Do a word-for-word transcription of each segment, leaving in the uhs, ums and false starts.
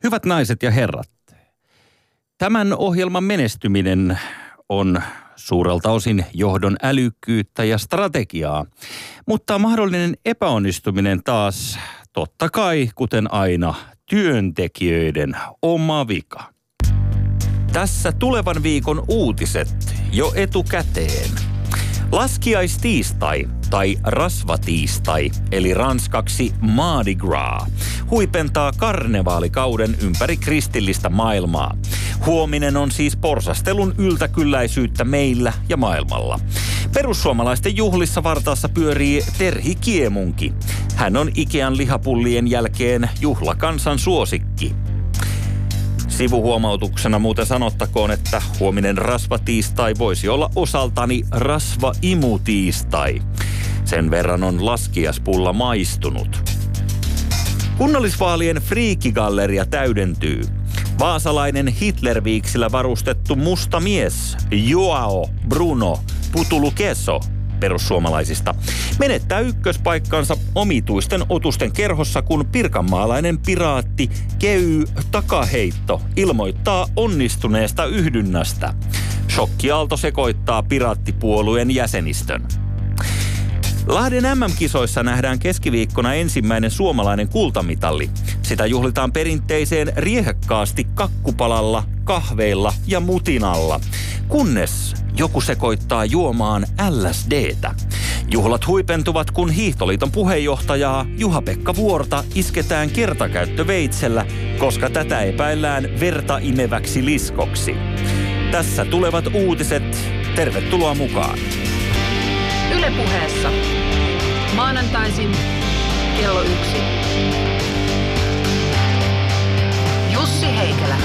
Hyvät naiset ja herrat, tämän ohjelman menestyminen on suurelta osin johdon älykkyyttä ja strategiaa, mutta mahdollinen epäonnistuminen taas totta kai, kuten aina, työntekijöiden oma vika. Tässä tulevan viikon uutiset jo etukäteen. Laskiaistiistai tai rasvatiistai, eli ranskaksi Mardi Gras, huipentaa karnevaalikauden ympäri kristillistä maailmaa. Huominen on siis porsastelun yltäkylläisyyttä meillä ja maailmalla. Perussuomalaisten juhlissa Vartaassa pyörii Terhi Kiemunki. Hän on Ikean lihapullien jälkeen juhlakansan suosikki. Sivuhuomautuksena muuten sanottakoon, että huominen rasvatiistai voisi olla osaltani rasvaimutiistai. Sen verran on laskiaspulla maistunut. Kunnallisvaalien friikigalleria täydentyy. Vaasalainen Hitlerviiksillä varustettu musta mies Joao Bruno Putulukeso perussuomalaisista menettää ykköspaikkansa omituisten otusten kerhossa, kun pirkanmaalainen piraatti Key Takaheitto ilmoittaa onnistuneesta yhdynnästä. Shokkiaalto sekoittaa piraattipuolueen jäsenistön. Lahden äm äm-kisoissa nähdään keskiviikkona ensimmäinen suomalainen kultamitalli. Sitä juhlitaan perinteiseen riehekkaasti kakkupalalla, kahveilla ja mutinalla, kunnes joku sekoittaa juomaan L S D:tä. Juhlat huipentuvat, kun Hiihtoliiton puheenjohtajaa Juha-Pekka Vuorta isketään kertakäyttöveitsellä, koska tätä epäillään verta imeväksi liskoksi. Tässä tulevat uutiset. Tervetuloa mukaan. Yle Puheessa. Maanantaisin kello yksi. Jussi Heikelä.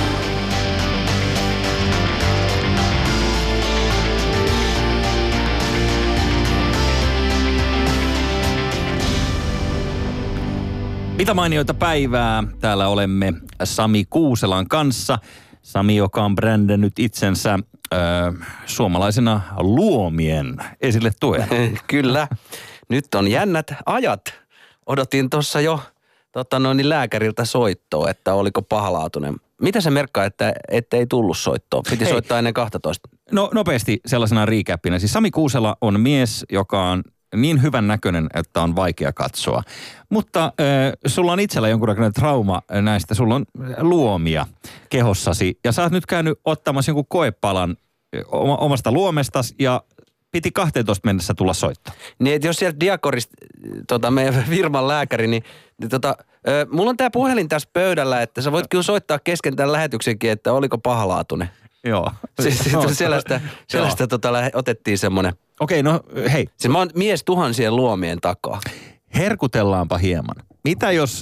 Mitä mainioita päivää. Täällä olemme Sami Kuuselan kanssa. Sami, joka on brändännyt itsensä Öö, suomalaisena luomien esille tuen. Kyllä. Nyt on jännät ajat. Odotin tuossa jo tota noin, lääkäriltä soittoa, että oliko pahalaatuinen. Mitä se merkkaa, että, että ei tullut soittoa? Piti Hei. soittaa ennen kaksitoista. No nopeasti sellaisena riikäppinä. Siis Sami Kuusela on mies, joka on niin hyvän näköinen, että on vaikea katsoa. Mutta äh, sulla on itsellä jonkunlainen trauma näistä. Sulla on luomia kehossasi. Ja sä oot nyt käynyt ottamassa jonkun koepalan omasta luomestasi ja piti kahteentoista mennessä tulla soittaa. Niin, että jos sieltä Diakorista, tota, meidän firman lääkäri, niin, niin tota, ö, mulla on tää puhelin tässä pöydällä, että sä voit kyllä soittaa kesken tämän lähetyksenkin, että oliko pahalaatuinen. Joo. Siis no, sellaista, sellaista tota, otettiin semmoinen. Okei, no hei. Siis mä oon mies tuhansien luomien takaa. Herkutellaanpa hieman. Mitä jos,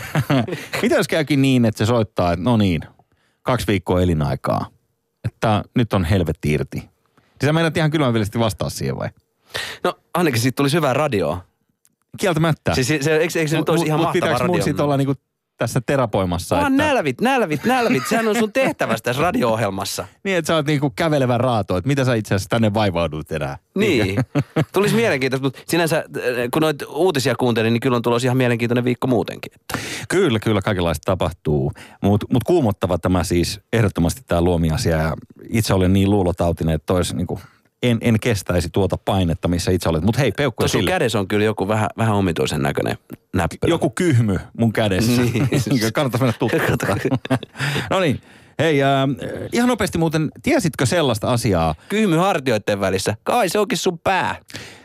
mitä jos käykin niin, että se soittaa, että no niin, kaksi viikkoa elinaikaa. Että nyt on helvetti irti. Niin sä meinaat ihan kylmävillisesti vastaa siihen vai? No ainakin siitä tulisi hyvää radioa. Kieltämättä. Siis se, se, eikö, eikö se nyt olisi ihan mahtava radio? Mutta pitääkö mun sit olla niinku tässä terapoimassa? Vaan että... nälvit, nälvit, nälvit. Sehän on sun tehtävässä tässä radio-ohjelmassa. Niin, että sä oot niinku kävelevä raato, että mitä sä itse asiassa tänne vaivaudut enää. Niin. Tulisi mielenkiintoista, mutta sinänsä kun noit uutisia kuuntelin, niin kyllä on tulossa ihan mielenkiintoinen viikko muutenkin. Kyllä, kyllä, kaikenlaista tapahtuu. Mutta mut kuumottava tämä siis ehdottomasti tämä luomiasia. Ja itse olen niin luulotautinen, että tois niinku... En, en kestäisi tuota painetta, missä itse olet. Mutta hei, peukkuja sille. Tuossa kädessä on kyllä joku vähän, vähän omituisen näköinen näppylä. Joku kyhmy mun kädessä. Niin. Kannattaisi mennä tutkimaan. No niin. Hei, äh, ihan nopeasti muuten, tiesitkö sellaista asiaa? Kyhmy hartioiden välissä. Kai se onkin sun pää.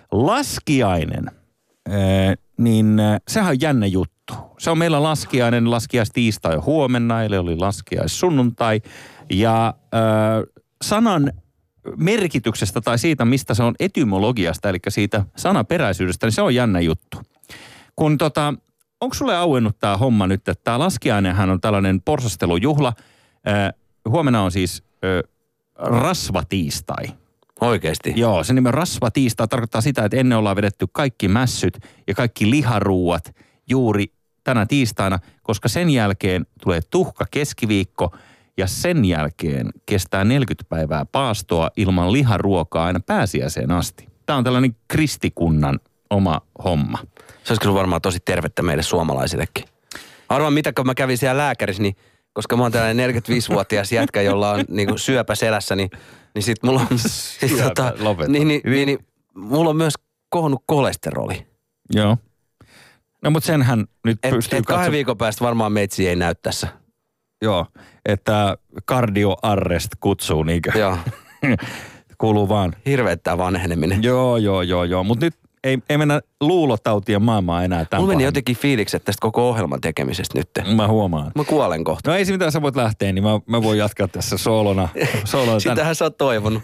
Laskiainen. Äh, niin äh, sehän on jännä juttu. Se on meillä laskiainen, laskiaistiistai huomenna, eli oli laskiaissunnuntai. Ja äh, sanan merkityksestä tai siitä, mistä se on etymologiasta, eli siitä sanaperäisyydestä, niin se on jännä juttu. Kun tota, onko sulle auennut tämä homma nyt, että tämä laskiainenhan on tällainen porsastelujuhla. Äh, huomenna on siis äh, rasvatiistai. Oikeasti? Joo, se nimi rasvatiistai tarkoittaa sitä, että ennen ollaan vedetty kaikki mässyt ja kaikki liharuuat juuri tänä tiistaina, koska sen jälkeen tulee tuhka keskiviikko, ja sen jälkeen kestää neljäkymmentä päivää paastoa ilman liharuokaa aina pääsiäiseen asti. Tämä on tällainen kristikunnan oma homma. Se olisi kyllä varmaan tosi tervettä meille suomalaisillekin. Arvaan mitä, kun mä kävin siellä lääkärissä, niin koska mä oon tällainen neljäkymmentäviisivuotias jätkä, jolla on niinku syöpä selässä, niin, niin sit mulla on, sit, tota, niin, niin, niin, niin, mulla on myös kohonnut kolesteroli. Joo. No mut senhän nyt et, pystyy et kahden katsomaan. viikon päästä varmaan meitsi ei näy tässä. Joo, että cardio-arrest kutsuu niinkö? Joo. Kuuluu vaan. Hirveettää vanheneminen. Joo, joo, joo, joo. Mutta nyt ei, ei mennä luulotautien maailmaan enää tämän Mulla meni pahemmin. jotenkin fiilikset tästä koko ohjelman tekemisestä nyt. Mä huomaan. Mä kuolen kohta. No ei se mitään, sä voit lähteä, niin mä, mä voin jatkaa tässä soolona. soolona tän. Sitähän sä oot toivonut.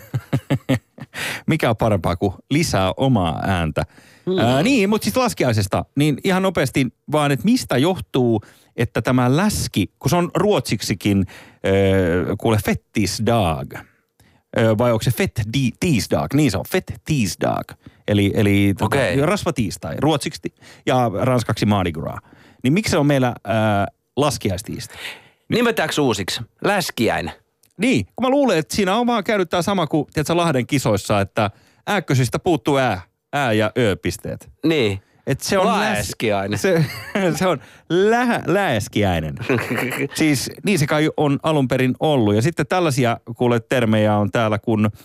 Mikä on parempaa kuin lisää omaa ääntä. Hmm. Ää, niin, mutta siis laskiaisesta, niin ihan nopeasti vaan, että mistä johtuu, että tämä läski, kun se on ruotsiksikin, äh, kuule, fettisdag. Vai onko se fett di, tiisdag? Niin se on, fett tiisdag. Eli, eli okay. tota, rasvatiistai, ruotsiksi ja ranskaksi Mardi Gras. Niin miksi se on meillä äh, laskiaistiistai? Nimetäänkö uusiksi? Läskiäinen. Niin, kun mä luulen, että siinä on vaan käynyt tämä sama kuin tiedätkö, Lahden kisoissa, että ääkkösistä puuttuu ää, ää ja ö-pisteet. Niin. Et se on Läskiäinen. Se, se on lä, läskiäinen. Siis niin se kai on alun perin ollut. Ja sitten tällaisia kuule termejä on täällä, kun ö,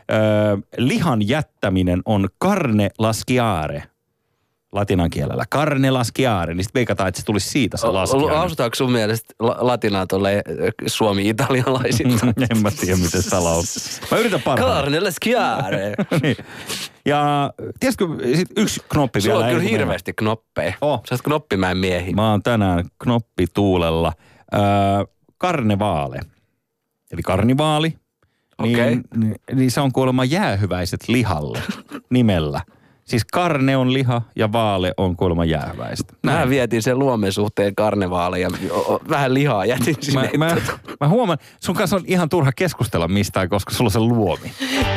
lihan jättäminen on carne lasciare. Latinan kielellä. Carne lasciare. Niin sitten veikataan, että se tulisi siitä se laskiainen. Lausutaanko sun mielestä la- latinaa tuolle suomi-italialaisittain? En mä tiedä, miten sä lausut. Mä yritän parhaan. Carne lasciare. Niin. Ja tiedätkö, sit yksi knoppi Sulla vielä. on kyllä ei, hirveästi knoppeja. Oh. Sä oot knoppimäen miehi. Mä oon tänään knoppituulella. Öö, karnevaale. Eli karnivaali. Okei. Niin, niin, niin se on kuulemma jäähyväiset lihalle nimellä. Siis karne on liha ja vaale on kuulemma jäähyväistä. Mä vietin sen luomen suhteen karnevaaleja ja o- o- vähän lihaa jätin sinne. Mä, mä, mä huomaan, sun kanssa on ihan turha keskustella mistään, koska sulla on se luomi.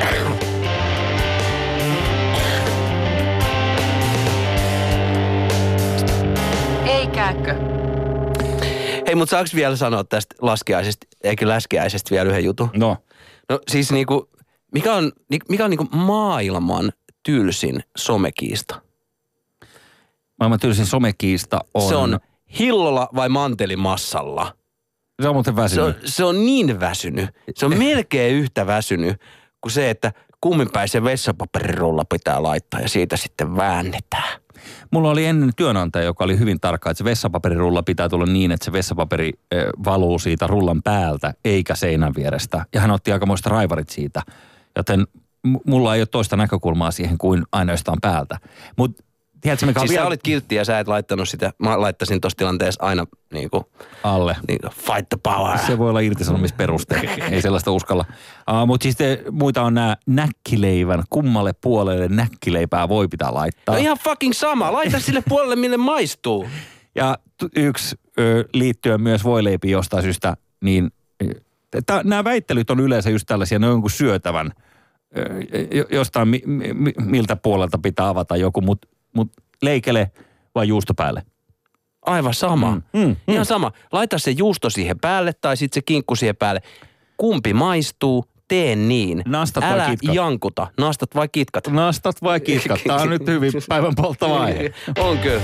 Eikäkö? Hei, mutta saaks vielä sanoa tästä laskiaisesta, eikä läskiäisestä vielä yhden jutun? No. No siis niinku, mikä on, mikä on niinku maailman tylsin somekiista? Maailman tylsin somekiista on... Se on hillolla vai mantelimassalla? Se on muuten Se väsynyt. on, se on niin väsynyt. Se on melkein yhtä väsynyt kuin se, että kumminpäin se vessapaperirulla pitää laittaa ja siitä sitten väännetään. Mulla oli ennen työnantaja, joka oli hyvin tarkka, että se vessapaperirulla pitää tulla niin, että se vessapaperi äh, valuu siitä rullan päältä eikä seinän vierestä. Ja hän otti aikamoista raivarit siitä, joten m- mulla ei ole toista näkökulmaa siihen kuin ainoastaan päältä. Mutta tiedätkö, mikä on Siis vielä sä olit kiltti ja sä et laittanut sitä, mä laittaisin tossa tilanteessa aina niinku, alle. niinku fight the power. Se voi olla irtisanomisperuste, ei sellaista uskalla. Uh, Mutta siis te, muita on nämä näkkileivän, kummalle puolelle näkkileipää voi pitää laittaa. No ihan fucking sama, laita sille puolelle mille maistuu. Ja t- yksi ö, liittyen myös voileipiin jostain syystä, niin nämä väittelyt on yleensä just tällaisia, ne on jonkun syötävän, ö, jostain mi, mi, miltä puolelta pitää avata joku, mutta mut leikele vai juusto päälle. Aivan sama. Mm, mm, Ihan mm. sama. Laita se juusto siihen päälle tai sitten se kinkku siihen päälle. Kumpi maistuu, tee niin. Nastat vai Älä kitkat? jankuta. Nastat vai kitkat? Nastat vai kitkat? Tämä on nyt hyvin päivän polttava aihe. On kyllä.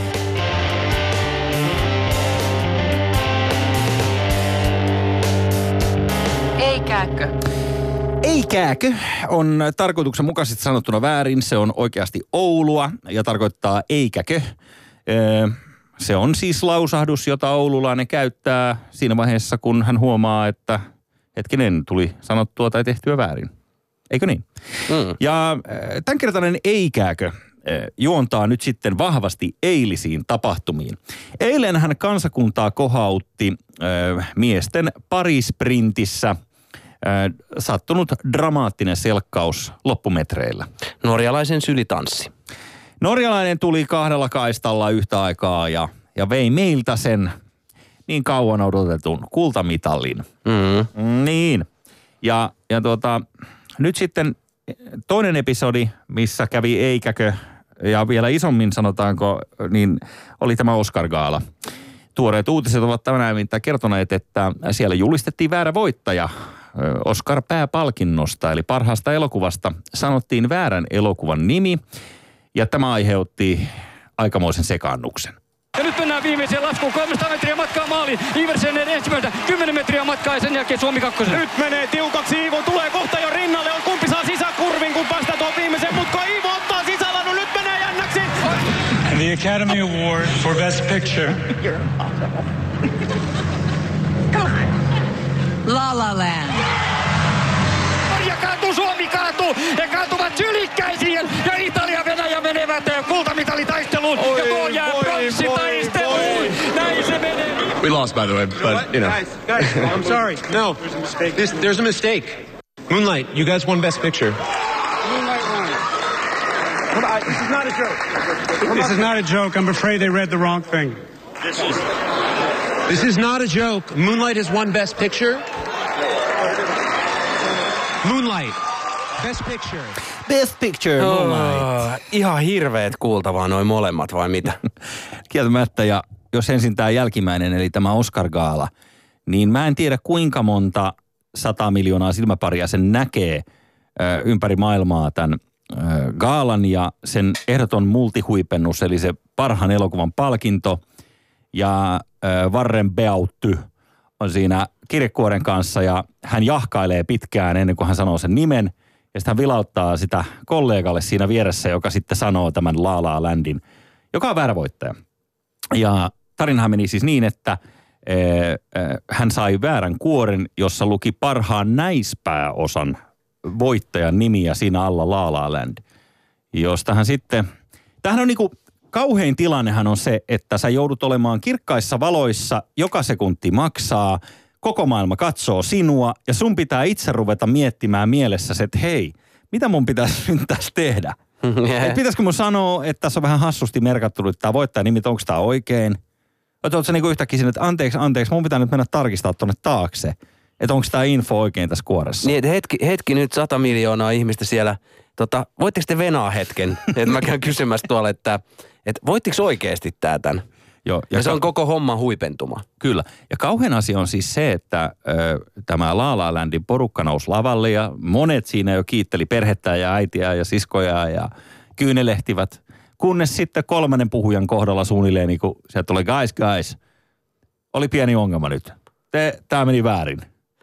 Eikäkö? Eikäkö on tarkoituksenmukaisesti sanottuna väärin. Se on oikeasti Oulua ja tarkoittaa eikäkö. Öö, se on siis lausahdus, jota oululainen käyttää siinä vaiheessa, kun hän huomaa, että hetkinen tuli sanottua tai tehtyä väärin. Eikö niin? Mm. Ja tämänkertainen eikäkö juontaa nyt sitten vahvasti eilisiin tapahtumiin. Eilenhän kansakuntaa kohautti äh, miesten parisprintissä äh, sattunut dramaattinen selkkaus loppumetreillä. Norjalaisen sylitanssi. Norjalainen tuli kahdella kaistalla yhtä aikaa ja, ja vei meiltä sen niin kauan odotetun kultamitalin. Mm. Niin. Ja, ja tuota, nyt sitten toinen episodi, missä kävi eikäkö, ja vielä isommin sanotaanko, niin oli tämä Oscar-gaala. Tuoreet uutiset ovat tänään kertoneet, että siellä julistettiin väärä voittaja Oscar-pääpalkinnosta, eli parhaasta elokuvasta sanottiin väärän elokuvan nimi, ja tämä aiheutti aikamoisen sekaannuksen. Ja nyt mennään viimeiseen laskuun. kolmesataa metriä matkaa maalin. Iversen ensimmäistä kymmenen metriä matkaa ja sen jälkeen Suomi kakkosen. Nyt menee tiukaksi. Iivo tulee kohta jo rinnalle. On kumpi saa sisäkurvin, kun päästään tuon viimeisen mutkaan. Iivo ottaa sisällä. No nyt menee jännäksi. And the Academy Award for Best Picture. La La Land. Ja kaatuu, Suomi kaatuu. He kaatuvat sylikkäisiin. Ja Italia ja Venäjä menevät kultamitaalitaisteluun. Oi, ja tuo jää voi, pronssitaisteluun. voi, Näin se menee. We lost, by the way, but, you know. Guys, guys, I'm sorry. No, there's a mistake. This, there's a mistake. Moonlight, you guys won Best Picture. Moonlight won. Come on, this is not a joke. This is not a joke. I'm afraid they read the wrong thing. This is... This is not a joke. Moonlight has won Best Picture. Moonlight. Best Picture. Best Picture, Moonlight. Oh, ihan hirveet kuultavaa noin molemmat, vai mitä? Kieltämättä, ja jos ensin tämä jälkimmäinen, eli tämä Oscar-gaala, niin mä en tiedä kuinka monta sata miljoonaa silmäparia sen näkee ö, ympäri maailmaa tämän ö, gaalan ja sen ehdoton multihuipennus, eli se parhaan elokuvan palkinto. Ja ö, Warren Beatty on siinä kirjekuoren kanssa ja hän jahkailee pitkään ennen kuin hän sanoo sen nimen. Ja sitten hän vilauttaa sitä kollegalle siinä vieressä, joka sitten sanoo tämän La La Landin, joka on väärä voittaja. Ja tarinahan meni siis niin, että e, e, hän sai väärän kuoren, jossa luki parhaan näispääosan voittajan nimi ja siinä alla La La Land. Josta hän sitten, tämähän on niinku, kauhein tilannehan on se, että sä joudut olemaan kirkkaissa valoissa, joka sekunti maksaa, koko maailma katsoo sinua ja sun pitää itse ruveta miettimään mielessäsi, että hei, mitä mun pitäisi nyt tässä tehdä? Et pitäisikö mun sanoa, että tässä on vähän hassusti merkattu, että tämä voittaja nimi, onko tämä oikein? Että ootko sä niinku yhtäkkiä sinne, että anteeksi, anteeksi, mun pitää nyt mennä tarkistaa tuonne taakse, että onko tämä info oikein tässä kuoressa? Niin, että hetki, hetki nyt sata miljoonaa ihmistä siellä, tota, voitteko te venaa hetken? Että mä käyn kysymässä tuolla, että, että voittiko oikeasti tää tän? Joo, ja, ja se ka- on koko homman huipentuma. Kyllä. Ja kauhean asia on siis se, että ö, tämä La La Landin porukka nousi lavalle ja monet siinä jo kiitteli perhettä ja äitiä ja siskoja ja kyynelehtivät. Kunnes sitten kolmannen puhujan kohdalla suunnilleen, niin kun sieltä tulee guys, guys, oli pieni ongelma nyt. Tämä meni väärin.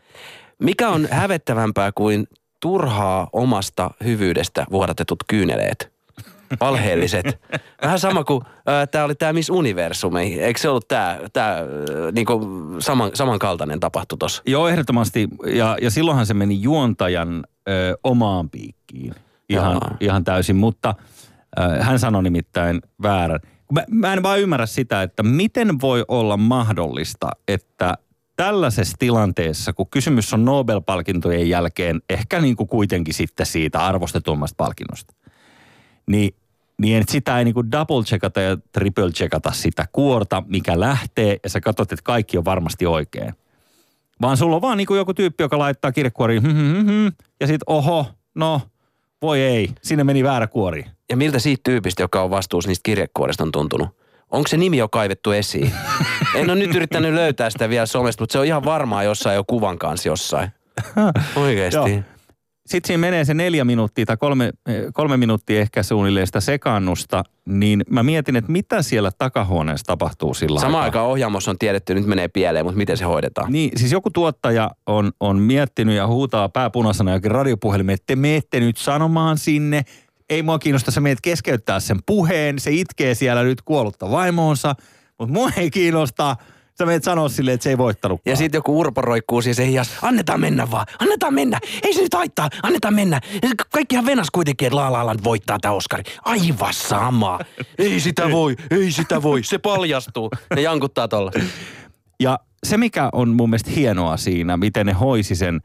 Mikä on hävettävämpää kuin turhaa omasta hyvyydestä vuodatetut kyyneleet? Valheelliset. Vähän sama kuin äh, tämä oli tämä Miss Universumi. Eikö se ollut tämä tää, äh, niinku saman, samankaltainen tapahtu tossa? Joo, ehdottomasti. Ja, ja silloinhan se meni juontajan ö, omaan piikkiin. Ihan, ihan täysin, mutta ö, hän sanoi nimittäin väärän. Mä, mä en vaan ymmärrä sitä, että miten voi olla mahdollista, että tällaisessa tilanteessa, kun kysymys on Nobel-palkintojen jälkeen, ehkä niin kuin kuitenkin sitten siitä arvostetummasta palkinnosta, niin, niin sitä ei niin kuin double-checkata ja triple-checkata sitä kuorta, mikä lähtee, ja sä katsot, että kaikki on varmasti oikein. Vaan sulla on vaan niin kuin joku tyyppi, joka laittaa kirjekuoriin, hm, hm, hm, ja sit oho, no, voi ei, sinne meni väärä kuori. Ja miltä siitä tyypistä, joka on vastuussa niistä kirjekuorista, on tuntunut? Onko se nimi jo kaivettu esiin? En ole nyt yrittänyt löytää sitä vielä somesta, mutta se on ihan varmaa jossain jo kuvan kanssa jossain. Oikeesti. Sitten siinä menee se neljä minuuttia tai kolme, kolme minuuttia ehkä suunnilleen sitä sekaannusta, niin mä mietin, että mitä siellä takahuoneessa tapahtuu sillä Samaan aikaan ohjaamossa on tiedetty, nyt menee pieleen, mutta miten se hoidetaan? Niin, siis joku tuottaja on, on miettinyt ja huutaa pääpunaisena jokin radiopuhelimeen, että te meette nyt sanomaan sinne, ei mua kiinnosta, sä meet keskeyttää sen puheen, se itkee siellä nyt kuollutta vaimoonsa, mutta mua ei kiinnosta. Sä menet sanoa silleen, että se ei voittanutkaan. Ja sitten joku Urpo roikkuu siis hijas, annetaan mennä vaan, annetaan mennä, ei se nyt haittaa, annetaan mennä. Kaikkihan venas kuitenkin, että La La Land voittaa tää Oscari. Aivan sama. Ei sitä voi, ei sitä voi, se paljastuu. Ne jankuttaa tolla. Ja se, mikä on mun mielestä hienoa siinä, miten ne hoisi sen,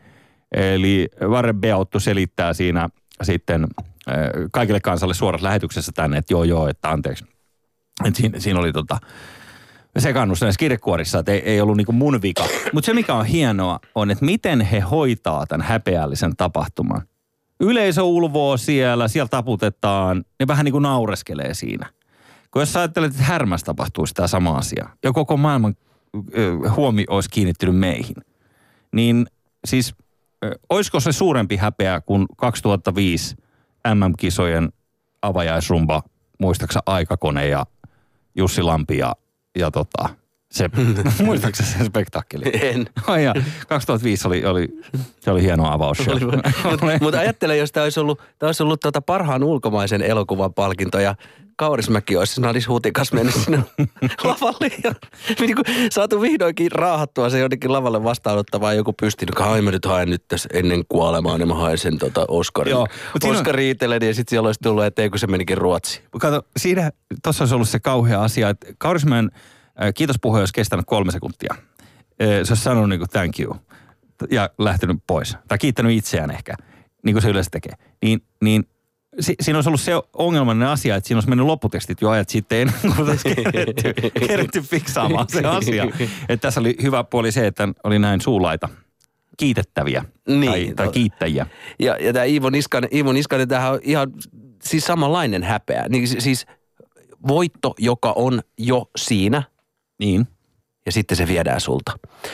eli Warren Beatty selittää siinä sitten äh, kaikille kansalle suorassa lähetyksessä tänne, että joo joo, että anteeksi. Että siinä, siinä oli tota... sekannus näissä kirjekuorissa, että ei, ei ollut niinku mun vika. Mutta se, mikä on hienoa, on, että miten he hoitaa tämän häpeällisen tapahtuman. Yleisö ulvoo siellä, siellä taputetaan, ne vähän niin kuin naureskelee siinä. Kun jos sä ajattelet, että Härmässä tapahtuisi tämä sama asia, ja koko maailman ö, huomio olisi kiinnittynyt meihin, niin siis ö, olisiko se suurempi häpeä kuin kaksituhattaviisi M M-kisojen avajaisrumba, muistaaksä Aikakone ja Jussi Lampi ja ja tota, Se, muistaakseni se spektaakkeli? En. Oh, ja kaksituhattaviisi oli, oli, se oli hieno avausshow. Mutta mut ajattele, jos tämä olisi ollut, tää olisi ollut tuota parhaan ulkomaisen elokuvan palkinto ja Kaurismäki olisi Nadis Hutikas mennyt sinne lavalle ja niin kuin saatu vihdoinkin raahattua se jonnekin lavalle vastaanottavaan joku pystynyt, ai mä nyt haen nyt tässä ennen kuolemaa, niin mä haen sen tota Oscarin. Joo, Oscar Riitelen ja sitten siellä olisi tullut, että ei kun se menikin Ruotsiin. Kato, siinä, tossa olisi ollut se kauhea asia, että Kaurismäen äh, kiitospuhe olisi kestänyt kolme sekuntia. Äh, se olisi sanonut niin kuin thank you ja lähtenyt pois. Tai kiittänyt itseään ehkä, niin kuin se yleensä tekee. Niin, niin Si- siinä olisi ollut se ongelmallinen asia, että siinä olisi mennyt lopputekstit jo ajat sitten ennen kuin olisi keretty, keretty fiksaamaan se asia. Että tässä oli hyvä puoli se, että oli näin suulaita kiitettäviä niin, tai, tai kiittäjiä. Ja, ja tämä Iivo Niskanen, Iivo Niskanen, tämähän on ihan siis samanlainen häpeä. Niin, siis voitto, joka on jo siinä. Niin. Ja sitten se viedään sulta.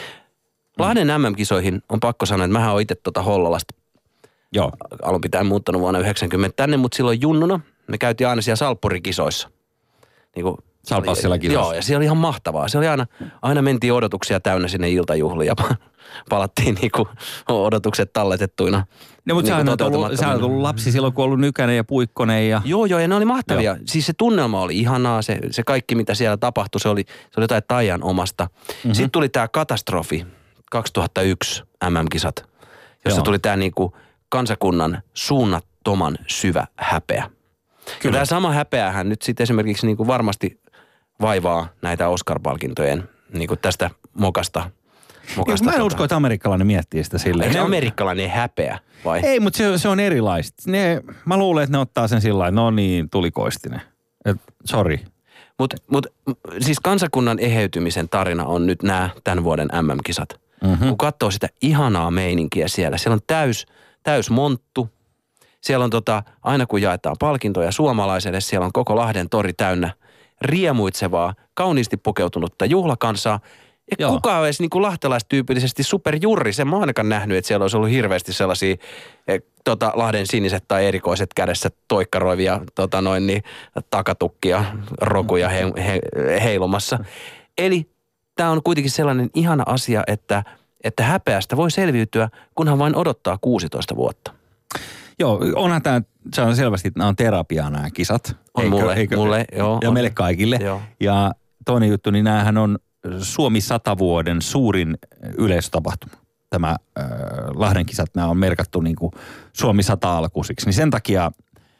Lahden M M-kisoihin on pakko sanoa, että mähän oon itse tuota Hollalasta. Joo. Alun pitäen muuttanut vuonna yhdeksänkymmentä tänne, mutta silloin junnuna me käytiin aina siellä Salppurikisoissa. Niin kuin, Salpassilla kisoissa. Joo, ja se oli ihan mahtavaa. Se oli aina, aina mentiin odotuksia täynnä sinne iltajuhliin ja palattiin niinku odotukset talletettuina. No, mutta niin sä olet ollut, ollut lapsi silloin, kun ollut Nykänen ja Puikkonen ja... Joo, joo, ja ne oli mahtavia. Joo. Siis se tunnelma oli ihanaa, se, se kaikki mitä siellä tapahtui, se oli, se oli jotain taian omasta. Mm-hmm. Sitten tuli tämä katastrofi, kaksituhattayksi M M-kisat, jossa joo. tuli tämä niinku kansakunnan suunnattoman syvä häpeä. Kyllä. Ja tämä sama häpeähän nyt sitten esimerkiksi niinku varmasti vaivaa näitä Oscar-palkintojen niinku tästä mokasta. mokasta mä en tota. usko, että amerikkalainen miettii sitä silleen. Eikö se amerikkalainen häpeä vai? Ei, mutta se, se on erilaista. Ne, mä luulen, että ne ottaa sen sillä lailla, no niin, tuli koistinen. Sori. Mutta mut, siis kansakunnan eheytymisen tarina on nyt nämä tämän vuoden M M-kisat. Mm-hmm. Kun katsoo sitä ihanaa meininkiä siellä, siellä on täys, täys monttu. Siellä on tota, aina kun jaetaan palkintoja suomalaiselle, siellä on koko Lahden tori täynnä riemuitsevaa, kauniisti pukeutunutta juhlakansaa. Ja joo. kukaan edes niin kuin lahtelaistyypillisesti superjurri. Sen mä oon ainakaan nähnyt, että siellä olisi ollut hirveästi sellaisia eh, tota, Lahden siniset tai erikoiset kädessä toikkaroivia tota, noin, niin, takatukkia, rokuja he, he, heilumassa. Eli tämä on kuitenkin sellainen ihana asia, että, että häpeästä voi selviytyä, kunhan vain odottaa kuusitoista vuotta. Joo, onhan tämä, se on selvästi, että nämä on terapiaa nämä kisat. On eikö, mulle, eikö, mulle, joo. Ja on. meille kaikille. Joo. Ja toinen juttu, niin näähän on Suomi satavuoden suurin yleistapahtuma. Tämä äh, Lahden kisat, nämä on merkattu niin kuin Suomi sata alkuisiksi. Niin sen takia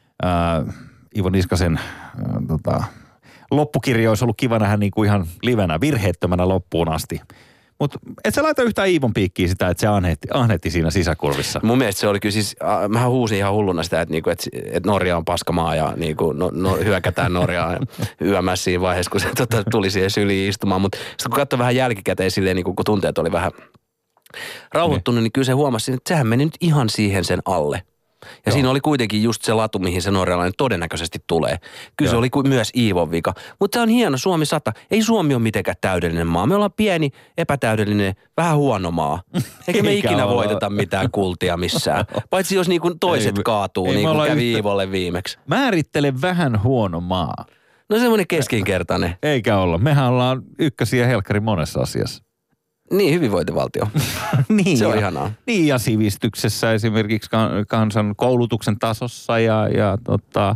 äh, Iivo Niskasen äh, tota, loppukirja olisi ollut kiva nähdä niin kuin ihan livenä, virheettömänä loppuun asti. Mutta et sä laita yhtään Iivon piikkiä sitä, että se ahnetti, ahnetti siinä sisäkurvissa. Mun mielestä se oli kyllä siis, äh, mähän huusin ihan hulluna sitä, että, niinku, että, että Norja on paskamaa ja niinku, no, no, hyökätään Norjaa yömässä siinä vaiheessa, kun se tota, tuli siihen syliin istumaan. Mutta sitten kun katsoi vähän jälkikäteen silleen, niin kun tunteet oli vähän rauhoittunut, ne. niin kyllä se huomasi, että sehän meni nyt ihan siihen sen alle. Ja joo. siinä oli kuitenkin just se latu, mihin se norjalainen todennäköisesti tulee. Kyllä joo. se oli myös Iivon vika. Mutta se on hieno, Suomi sata. Ei Suomi ole mitenkään täydellinen maa. Me ollaan pieni, epätäydellinen, vähän huono maa. Eikä me ikinä olla. voiteta mitään kultia missään. Paitsi jos niin kuin toiset ei, kaatuu, ei, niin kuin kävi yhtä... Iivolle viimeksi. Määrittele vähän huono maa. No semmoinen keskinkertainen. Eikä olla. Mehän ollaan ykkösiä helkkari monessa asiassa. Niin, hyvinvointivaltio. niin, se on ja, ihanaa. Niin, ja sivistyksessä esimerkiksi kansan koulutuksen tasossa ja, ja tota,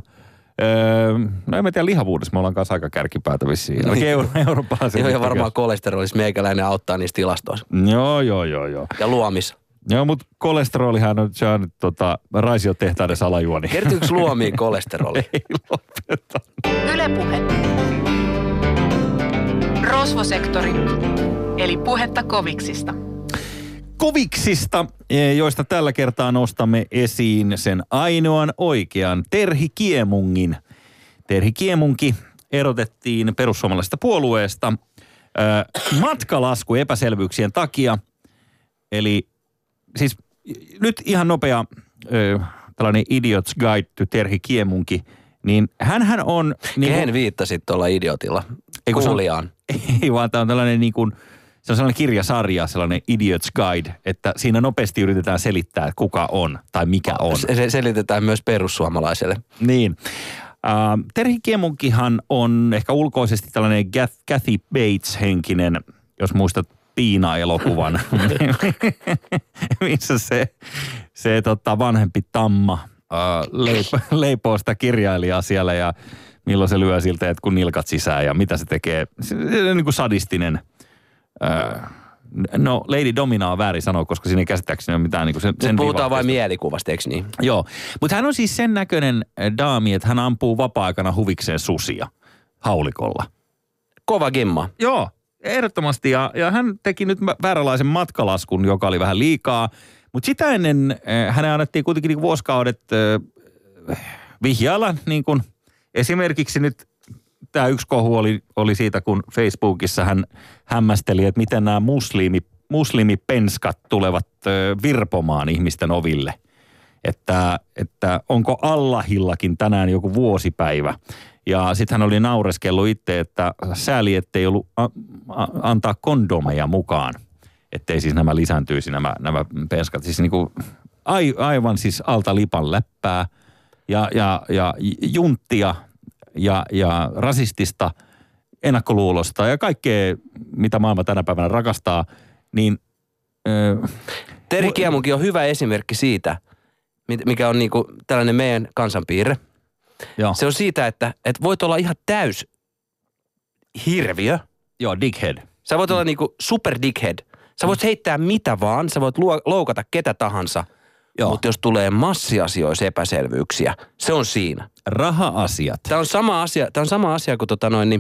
öö, no en mä tiedä, lihavuudessa me ollaan kanssa aika kärkipäätä vissiin. Niin. Euro, eurooppalaisen. Joo, ja varmaan kolesterolissa meikäläinen auttaa niissä tilastoissa. Joo, joo, joo, joo. Ja luomissa. Joo, mutta kolesterolihan on, se on nyt tota, Raisio-tehtaiden salajuoni. Kertyykö luomiin kolesteroli? Ei lopeta. Yle Puhe. Rosvosektori. Eli puhetta koviksista. Koviksista, joista tällä kertaa nostamme esiin sen ainoan oikean Terhi Kiemungin. Terhi Kiemunki erotettiin perussuomalaisesta puolueesta äh, matkalasku epäselvyyksien takia. Eli siis nyt ihan nopea äh, tällainen Idiot's Guide to Terhi Kiemunki. Niin hänhän on... Niin Kehen kun, viittasit tuolla idiotilla? Kuulijaan. Ei vaan, tämä on tällainen niin kuin... Se on sellainen kirjasarja, sellainen Idiot's Guide, että siinä nopeasti yritetään selittää, kuka on tai mikä on. Se selitetään myös perussuomalaiselle. Niin. Uh, Terhi Kiemunkihan on ehkä ulkoisesti tällainen Kathy Bates-henkinen, jos muistat Piina-elokuvan, missä se, se tota, vanhempi Tamma uh, leip- leipoo sitä kirjailijaa siellä ja milloin se lyö siltä, että kun nilkat sisään ja mitä se tekee. Se, se on niin kuin sadistinen. Uh, no, Lady Domina on väärin sanoa, koska siinä ei käsittääkseni ole mitään niin kuin sen, sen puhutaan vain mielikuvasta, eikö niin? Joo, mutta hän on siis sen näköinen daami, että hän ampuu vapaa-aikana huvikseen susia haulikolla. Kova gemma. Joo, ehdottomasti. Ja, ja hän teki nyt vääränlaisen matkalaskun, joka oli vähän liikaa. Mutta sitä ennen äh, hänen annettiin kuitenkin niin vuosikaudet äh, vihjailla. Niin kuin esimerkiksi nyt tämä yksi kohu oli, oli siitä, kun Facebookissa hän hämmästeli, että miten nämä muslimi, muslimipenskat tulevat äh, virpomaan ihmisten oville. Että, että onko Allahillakin tänään joku vuosipäivä. Ja sitten hän oli naureskellut itse, että sääli, ettei ollut a- a- antaa kondomeja mukaan. Ettei siis nämä lisääntyisi, nämä, nämä penskat. Siis niinku ai, aivan siis alta lipan läppää ja, ja, ja junttia ja, ja rasistista ennakkoluulosta ja kaikkea, mitä maailma tänä päivänä rakastaa. Niin, öö, Terhi Kiemunkin on hyvä esimerkki siitä, mikä on niinku tällainen meidän kansanpiirre. Joo. Se on siitä, että, että voit olla ihan täys hirviö. Joo, dickhead. Sä voit olla niinku super dickhead. Sä voit heittää mitä vaan, sä voit luo, loukata ketä tahansa. Joo. Mutta jos tulee massiasioissa epäselvyyksiä, se on siinä. Raha-asiat. Tämä on sama asia, tämä on sama asia kuin tota noin, niin,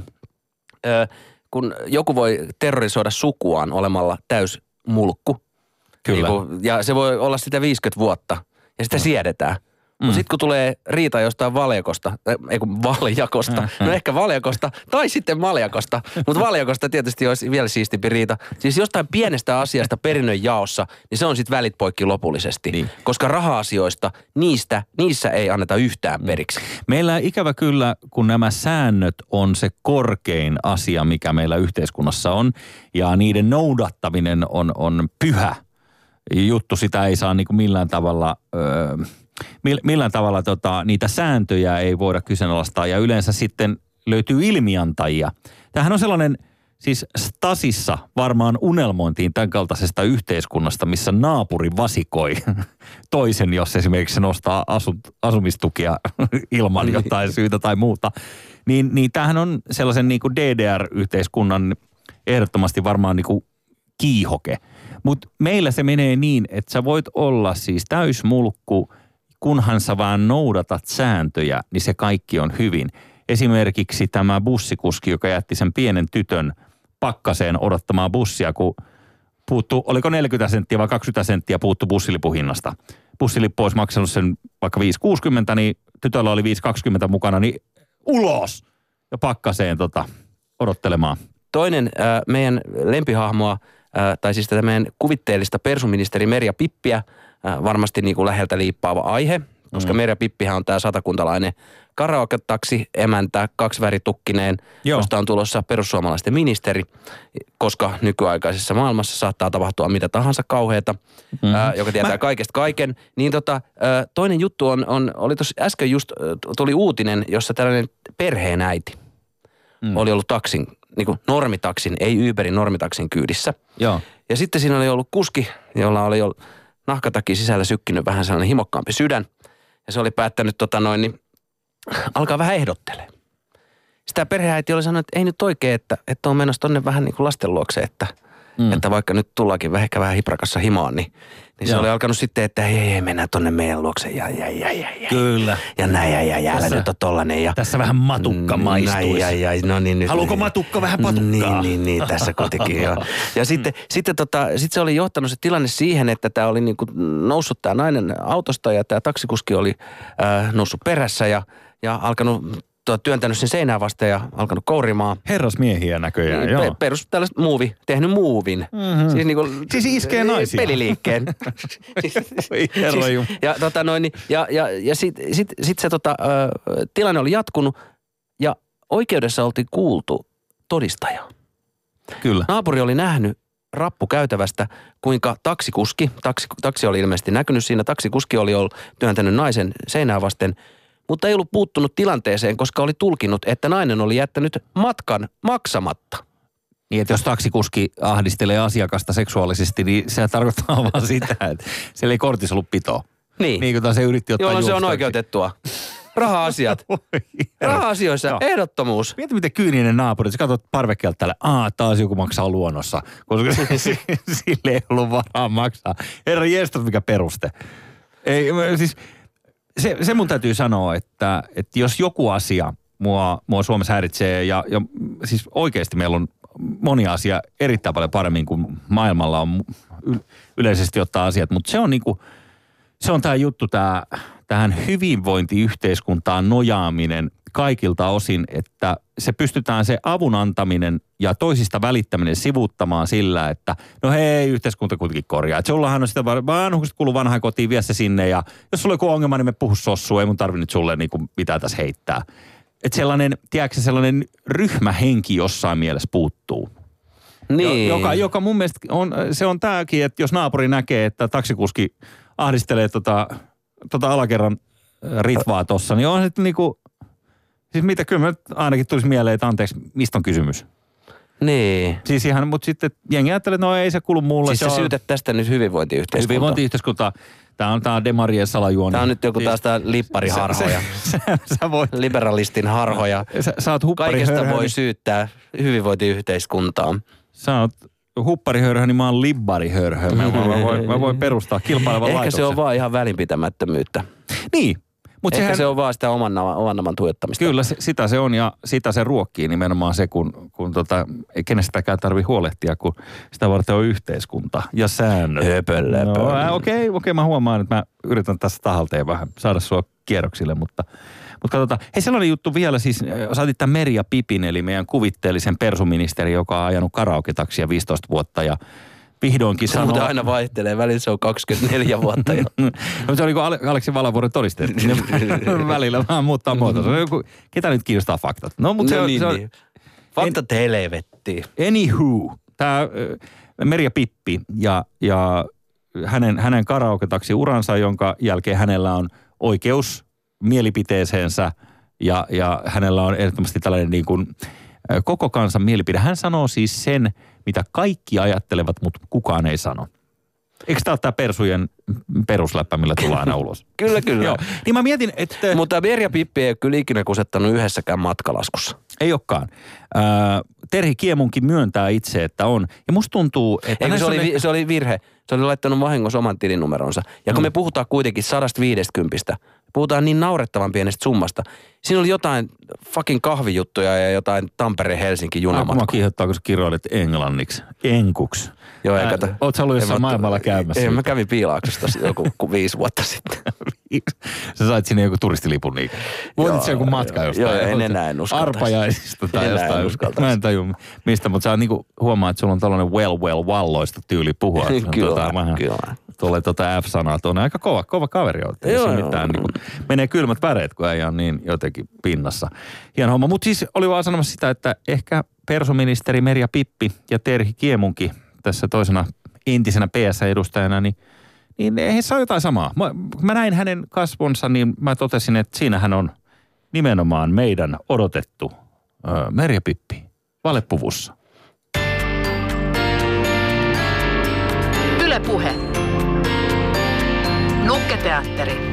ö, kun joku voi terrorisoida sukuaan olemalla täys mulkku. Kyllä. Niin kun, ja se voi olla sitä viisikymmentä vuotta ja sitä no. siedetään. Mm. Mutta sitten kun tulee riita jostain valjakosta, ei kun valjakosta, no ehkä valjakosta tai sitten maljakosta, mutta valjakosta tietysti olisi vielä siistimpi riita. Siis jostain pienestä asiasta perinnön jaossa, niin se on sitten välit poikki lopullisesti. Niin. Koska raha-asioista, niistä, niissä ei anneta yhtään periksi. Meillä ikävä kyllä, kun nämä säännöt on se korkein asia, mikä meillä yhteiskunnassa on, ja niiden noudattaminen on, on pyhä juttu, sitä ei saa niin kuin millään tavalla... Öö, Millään tavalla tota, niitä sääntöjä ei voida kyseenalaistaa ja yleensä sitten löytyy ilmiantajia. Tämähän on sellainen, siis Stasissa varmaan unelmointiin tämän kaltaisesta yhteiskunnasta, missä naapuri vasikoi toisen, jos esimerkiksi se nostaa asu, asumistukia ilman jotain syytä tai muuta. Niin, niin tämähän on sellaisen niin kuin D D R-yhteiskunnan ehdottomasti varmaan niin kuin kiihoke. Mutta meillä se menee niin, että sä voit olla siis täysmulkku, kunhan sä vaan noudatat sääntöjä, niin se kaikki on hyvin. Esimerkiksi tämä bussikuski, joka jätti sen pienen tytön pakkaseen odottamaan bussia, kun puuttu, oliko neljäkymmentä senttiä vai kaksikymmentä senttiä puuttu bussilipuhinnasta. Bussilippu olisi maksanut sen vaikka viisi kuusikymmentä, niin tytöllä oli viisi kaksikymmentä mukana, niin ulos ja pakkaseen tota, odottelemaan. Toinen äh, meidän lempihahmoa, äh, tai siis tätä meidän kuvitteellista persuministeri Merja Pippiä, varmasti niin kuin läheltä liippaava aihe, koska mm. Merja Pippihän on tämä satakuntalainen karaoke-taksi emäntä, kaksiväritukkineen, Joo. josta on tulossa perussuomalaisten ministeri, koska nykyaikaisessa maailmassa saattaa tapahtua mitä tahansa kauheata, mm. ää, joka tietää Mä... kaikesta kaiken. Niin tota, ää, toinen juttu on, on oli tuossa äsken just tuli uutinen, jossa tällainen perheenäiti mm. oli ollut taksin, niin kuin normitaksin, ei Uberin normitaksin kyydissä. Joo. Ja sitten siinä oli ollut kuski, jolla oli ollut nahkatakin sisällä sykkinyt vähän sellainen himokkaampi sydän. Ja se oli päättänyt tota noin, niin alkaa vähän ehdottelemaan. Sitä perheäiti oli sanonut, että ei nyt oikein, että, että on menossa tonne vähän niin kuin lasten luokse, että, mm. että vaikka nyt tullaankin ehkä vähän hiprakassa himaan, niin, niin se oli alkanut sitten, että ei, ei, ei mennään tonne meidän luokse ja, ja, ja, ja, ja. Kyllä. Ja näin, ja, ja, ja älä nyt on tollanen. Ja, tässä vähän matukka maistuisi. Ja, ja, no niin, nyt, haluuko niin, matukka vähän patukkaa? Niin, niin, niin tässä kuitenkin joo. Ja sitten, sitten, tota, sitten se oli johtanut se tilanne siihen, että tämä oli niin kuin noussut tämä nainen autosta ja tämä taksikuski oli äh, noussut perässä ja, ja alkanut... työntänyt sen seinään vastaan ja alkanut kourimaan. Herrasmiehiä näköjään, joo. Pe- perus tällaista muuvi, tehnyt muuvin. Mm-hmm. Siis, niinku, siis iskee naisia. Peliliikkeen. Oi herra jum. Siis, ja tota noin, ja, ja, ja sitten sit, sit se tota, ö, tilanne oli jatkunut ja oikeudessa oltiin kuultu todistajaa. Kyllä. Naapuri oli nähnyt rappukäytävästä, kuinka taksikuski, taksi, taksi oli ilmeisesti näkynyt siinä, taksikuski oli ollut työntänyt naisen seinään vasten, mutta ei ollut puuttunut tilanteeseen, koska oli tulkinut, että nainen oli jättänyt matkan maksamatta. Niin, että jos taksikuski ahdistelee asiakasta seksuaalisesti, niin se tarkoittaa vaan sitä, että siellä ei kortissa ollut pitoa. Niin. Niin kuin se yritti ottaa Jolloin se on juoksuksi. oikeutettua. Raha-asiat. Raha-asioissa Joo. ehdottomuus. Mieti, miten kyyninen naapuri. Sä katsot parvekkeelta tälle, aah, taas joku maksaa luonnossa. Koska sille ei ollut varaa maksaa. Herra jestas, mikä peruste. Ei, siis, se, se mun täytyy sanoa, että, että jos joku asia mua, mua Suomessa häiritsee, ja, ja siis oikeasti meillä on moni asia erittäin paljon paremmin kuin maailmalla on yleisesti ottaa asiat, mutta se on niinku, se on tää juttu, tää, tähän hyvinvointiyhteiskuntaan nojaaminen kaikilta osin, että se pystytään se avun antaminen ja toisista välittäminen sivuuttamaan sillä, että no hei, yhteiskunta kuitenkin korjaa. Että sullahan on sitä, vanhukset kuuluu vanhaan kotiin, vie se sinne ja jos sulla on joku ongelma, niin me puhu sossuun, ei mun tarvi nyt sulle niinku mitään tässä heittää. Että sellainen, tiedätkö, sellainen ryhmähenki jossain mielessä puuttuu. Niin. Jo, joka, joka mun mielestä on, se on tääkin, että jos naapuri näkee, että taksikuski ahdistelee tota, tota alakerran ritvaa tossa, niin on sitten niinku, siis mitä kyllä mä ainakin tulisi mieleen, että anteeksi, mistä on kysymys? Niin. Siis ihan, mutta sitten jengi ajattelee, että no ei se kuulu mulle. Siis se sä on syytät tästä nyt hyvinvointiyhteiskuntaa. hyvinvointiyhteiskunta. Tää on tää demarien salajuoni. Tää on nyt joku taas tää lippariharhoja. Sä, sä, sä voit, Liberalistin harhoja. sä, sä oot Kaikesta hupparihörhä, voi syyttää hyvinvointiyhteiskuntaa. sä oot hupparihörhä, niin mä oon libbarihörhä. Mä, mä, voin, mä voin perustaa kilpailevan Ehkä laitoksen. se on vaan ihan välinpitämättömyyttä. Niin. Mut Ehkä sehän, se on vaan sitä oman naman, oman naman tuijottamista. Kyllä se, sitä se on ja sitä se ruokkii nimenomaan se, kun, kun tota, ei kenestäkään tarvitse huolehtia, kun sitä varten on yhteiskunta ja säännöt. Höpö, löpö. No, okei, okei, okay, okay, mä huomaan, että mä yritän tässä tahalteen vähän saada sua kierroksille, mutta, mutta katsotaan. Hei, sellainen juttu vielä siis, saatit tämän Merja Pipin, eli meidän kuvitteellisen persuministeri, joka on ajanut karaoketaksia viisitoista vuotta ja vihdoinkin Se sanoo... muuten aina vaihtelee, välillä se on kaksikymmentäneljä vuotta jo. No, se oli kuin Ale- Aleksi Valavuoren todisteet. Välillä vähän muuttaa muotoa. Se on joku, ketä nyt kiinnostaa faktat? No, mutta No se, niin, se on... niin. Faktat helvettiin. Anywho, tämä äh, Merja Pippi ja, ja hänen, hänen karaoketaksi uransa, jonka jälkeen hänellä on oikeus mielipiteeseensä ja, ja hänellä on ehdottomasti tällainen niin kuin, äh, koko kansan mielipide. Hän sanoo siis sen, mitä kaikki ajattelevat, mutta kukaan ei sano. Eikö tämä ole tämä persujen perusläppä, millä tullaan aina ulos? Kyllä, kyllä. Joo. Niin mä mietin, että... Mutta Merja Pippi ei ole kyllä ikinä kusettanut yhdessäkään matkalaskussa. Ei olekaan. Äh, Terhi Kiemunkin myöntää itse, että on. Ja musta tuntuu, että... Eikö se, oli, on vi- se oli virhe. Se oli laittanut vahingossa oman tilinumeronsa. Ja kun Mm. me puhutaan kuitenkin sadasta viidestäkympistä, puhutaan niin naurettavan pienestä summasta. Siinä oli jotain fucking kahvijuttuja ja jotain Tampere-Helsinki Mä junamatkoja. kiihottaa, kun sä kirjoilet englanniksi. Enkuks. Joo, ei kato. Oot sä ollut jossain En mä- maailmalla käymässä? Ei, mä kävin Piilaaksesta joku ku viisi vuotta sitten. Sä sait sinne joku turistilipun niinkö? Voitit Joo, se joku matka joo, jostain? joo, en enää en uskaltaisi. Arpajaisista tai Enää en jostain. uskaltaisi. Mä en taju mistä, mutta sä niinku huomaa, että sulla on tällainen well well valloista tyyli puhua. Kyllä, vähän, kyllä. Tulee tota F-sanat, on aika kova, kova kaveri. Ei Joo, se joo, mitään, joo. niin menee kylmät väreet, kun ei ole niin jotenkin pinnassa. Hieno homma. Mutta siis oli vaan sanomassa sitä, että ehkä persuministeri Merja Pippi ja Terhi Kiemunki tässä toisena entisenä P S-edustajana, niin, niin heissä on jotain samaa. Mä, kun mä näin hänen kasvonsa, niin mä totesin, että siinähän on nimenomaan meidän odotettu ö, Merja Pippi valepuvussa. Yle Puhe. Nukketeatteri.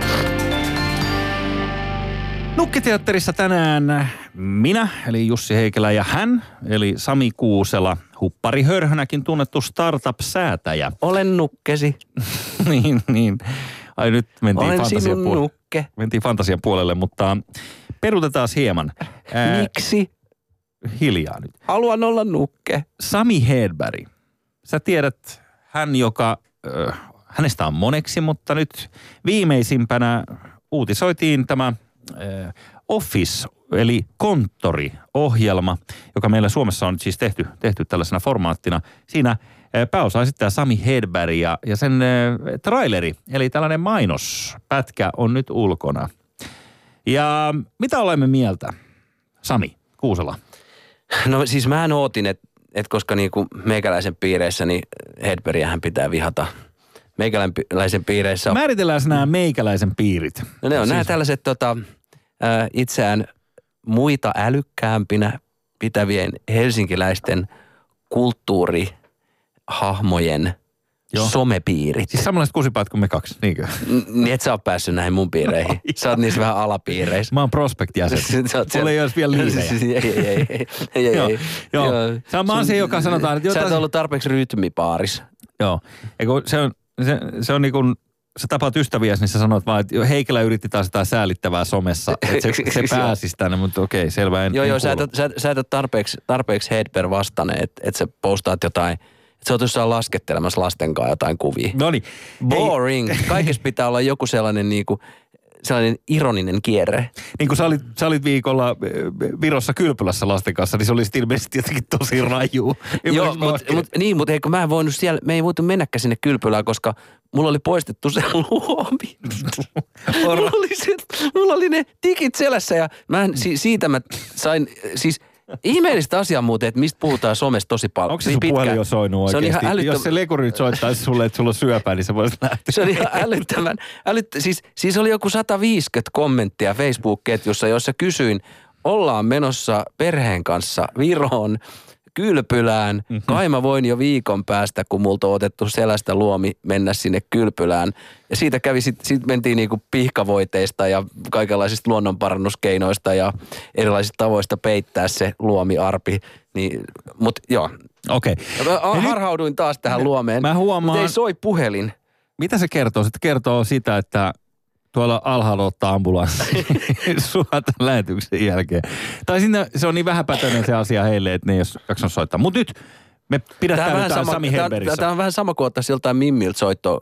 Nukketeatterissa tänään minä, eli Jussi Heikelä, ja hän, eli Sami Kuusela, hupparihörhänäkin tunnettu startup-säätäjä. Olen nukkesi. niin, niin. Ai nyt mentiin Olen fantasian, sinun puolelle. nukke. mentiin fantasian puolelle, mutta perutetaan hieman. Ää, Miksi? hiljaa nyt. Haluan olla nukke. Sami Hedberg. Sä tiedät, hän joka, äh, hänestä on moneksi, mutta nyt viimeisimpänä uutisoitiin tämä äh, Office, eli konttoriohjelma, joka meillä Suomessa on nyt siis tehty, tehty tällaisena formaattina. Siinä äh, pääosa esittää Sami Hedberg ja, ja sen äh, traileri, eli tällainen mainospätkä on nyt ulkona. Ja mitä olemme mieltä, Sami Kuusela? No siis mähän ootin, että et koska niinku meikäläisen piireissä, niin Hedbergiähän pitää vihata. Meikäläisen piireissä on... Määritellään nämä meikäläisen piirit. No ne on siis... nämä tällaiset tota, äh, itseään muita älykkäämpinä pitävien helsinkiläisten kulttuurihahmojen Joo. somepiirit. Siis samanlaiset kusipäät kuin me kaksi, niinkö? N- niin et sä oo päässyt näihin mun piireihin. Sä oot niissä vähän alapiireissä. Mä oon prospect-jäsen. Mulla ei olisi vielä liinejä. ei, ei, ei, ei, ei, Joo, ei. joo. Sä mä oon se, joka sanotaan, että... Sä et ollut tarpeeksi rytmipaaris. Joo. Eiku, se on, se, se on niin kuin... Sä tapaat ystäviäsi, niin sä sanoit vaan, että Heikelä yritti taas jotain säälittävää somessa. Että se, se pääsisi tänne, mutta okei, selvä. En, joo, en joo, sä et, sä, sä et ole tarpeeksi, tarpeeksi headper vastane, että et sä postaat jotain, että sä oot jossain laskettelemassa lasten kanssa jotain kuvia. Noniin. Boring. Kaikessa pitää olla joku sellainen niinku, sellainen ironinen kierre. Niin kuin sä olit, sä olit viikolla Virossa Kylpylässä lasten kanssa, niin se oli ilmeisesti jotenkin tosi raju. Joo, mutta mut, niin, mutta eikö mä en voinut siellä, me ei voitu mennäkään sinne Kylpylään, koska mulla oli poistettu se luomi. mulla, oli se, mulla oli ne tikit selässä ja mä en, si, siitä mä sain, siis ihmeellistä asiaa muuten, että mistä puhutaan somessa tosi paljon. Onko se sun puhelin jo soinut oikeasti? Se on ihan älyttömän... Jos se lekuri nyt soittaisi sulle, että sulla on syöpää, niin sä voisit lähteä. Se on ihan älyttömän. Älytt... Siis, siis oli joku sata viisikymmentä kommenttia Facebook-ketjussa, jossa kysyin, ollaan menossa perheen kanssa Viroon, Kylpylään. Mm-hmm. Kai mä voin jo viikon päästä, kun multa on otettu selästä luomi, mennä sinne Kylpylään. Ja siitä kävi, sit, sit mentiin niinku pihkavoiteista ja kaikenlaisista luonnonparannuskeinoista ja erilaisista tavoista peittää se luomiarpi. Niin, mut joo. Okei. Okay. Harhauduin taas tähän luomeen. Mä huomaan. Mut ei soi puhelin. Mitä se kertoo? Se kertoo sitä, että tuolla alhaalla ottaa ambulanssi sua tämän lähetyksen jälkeen. Tai siinä se on niin vähäpätöinen se asia heille, että ne ei jos jaksanut soittaa. Mutta nyt me pidättäydytään Sami Hedbergissä. Tämä on vähän sama kuin ottaisi joltain Mimmiltä soitto,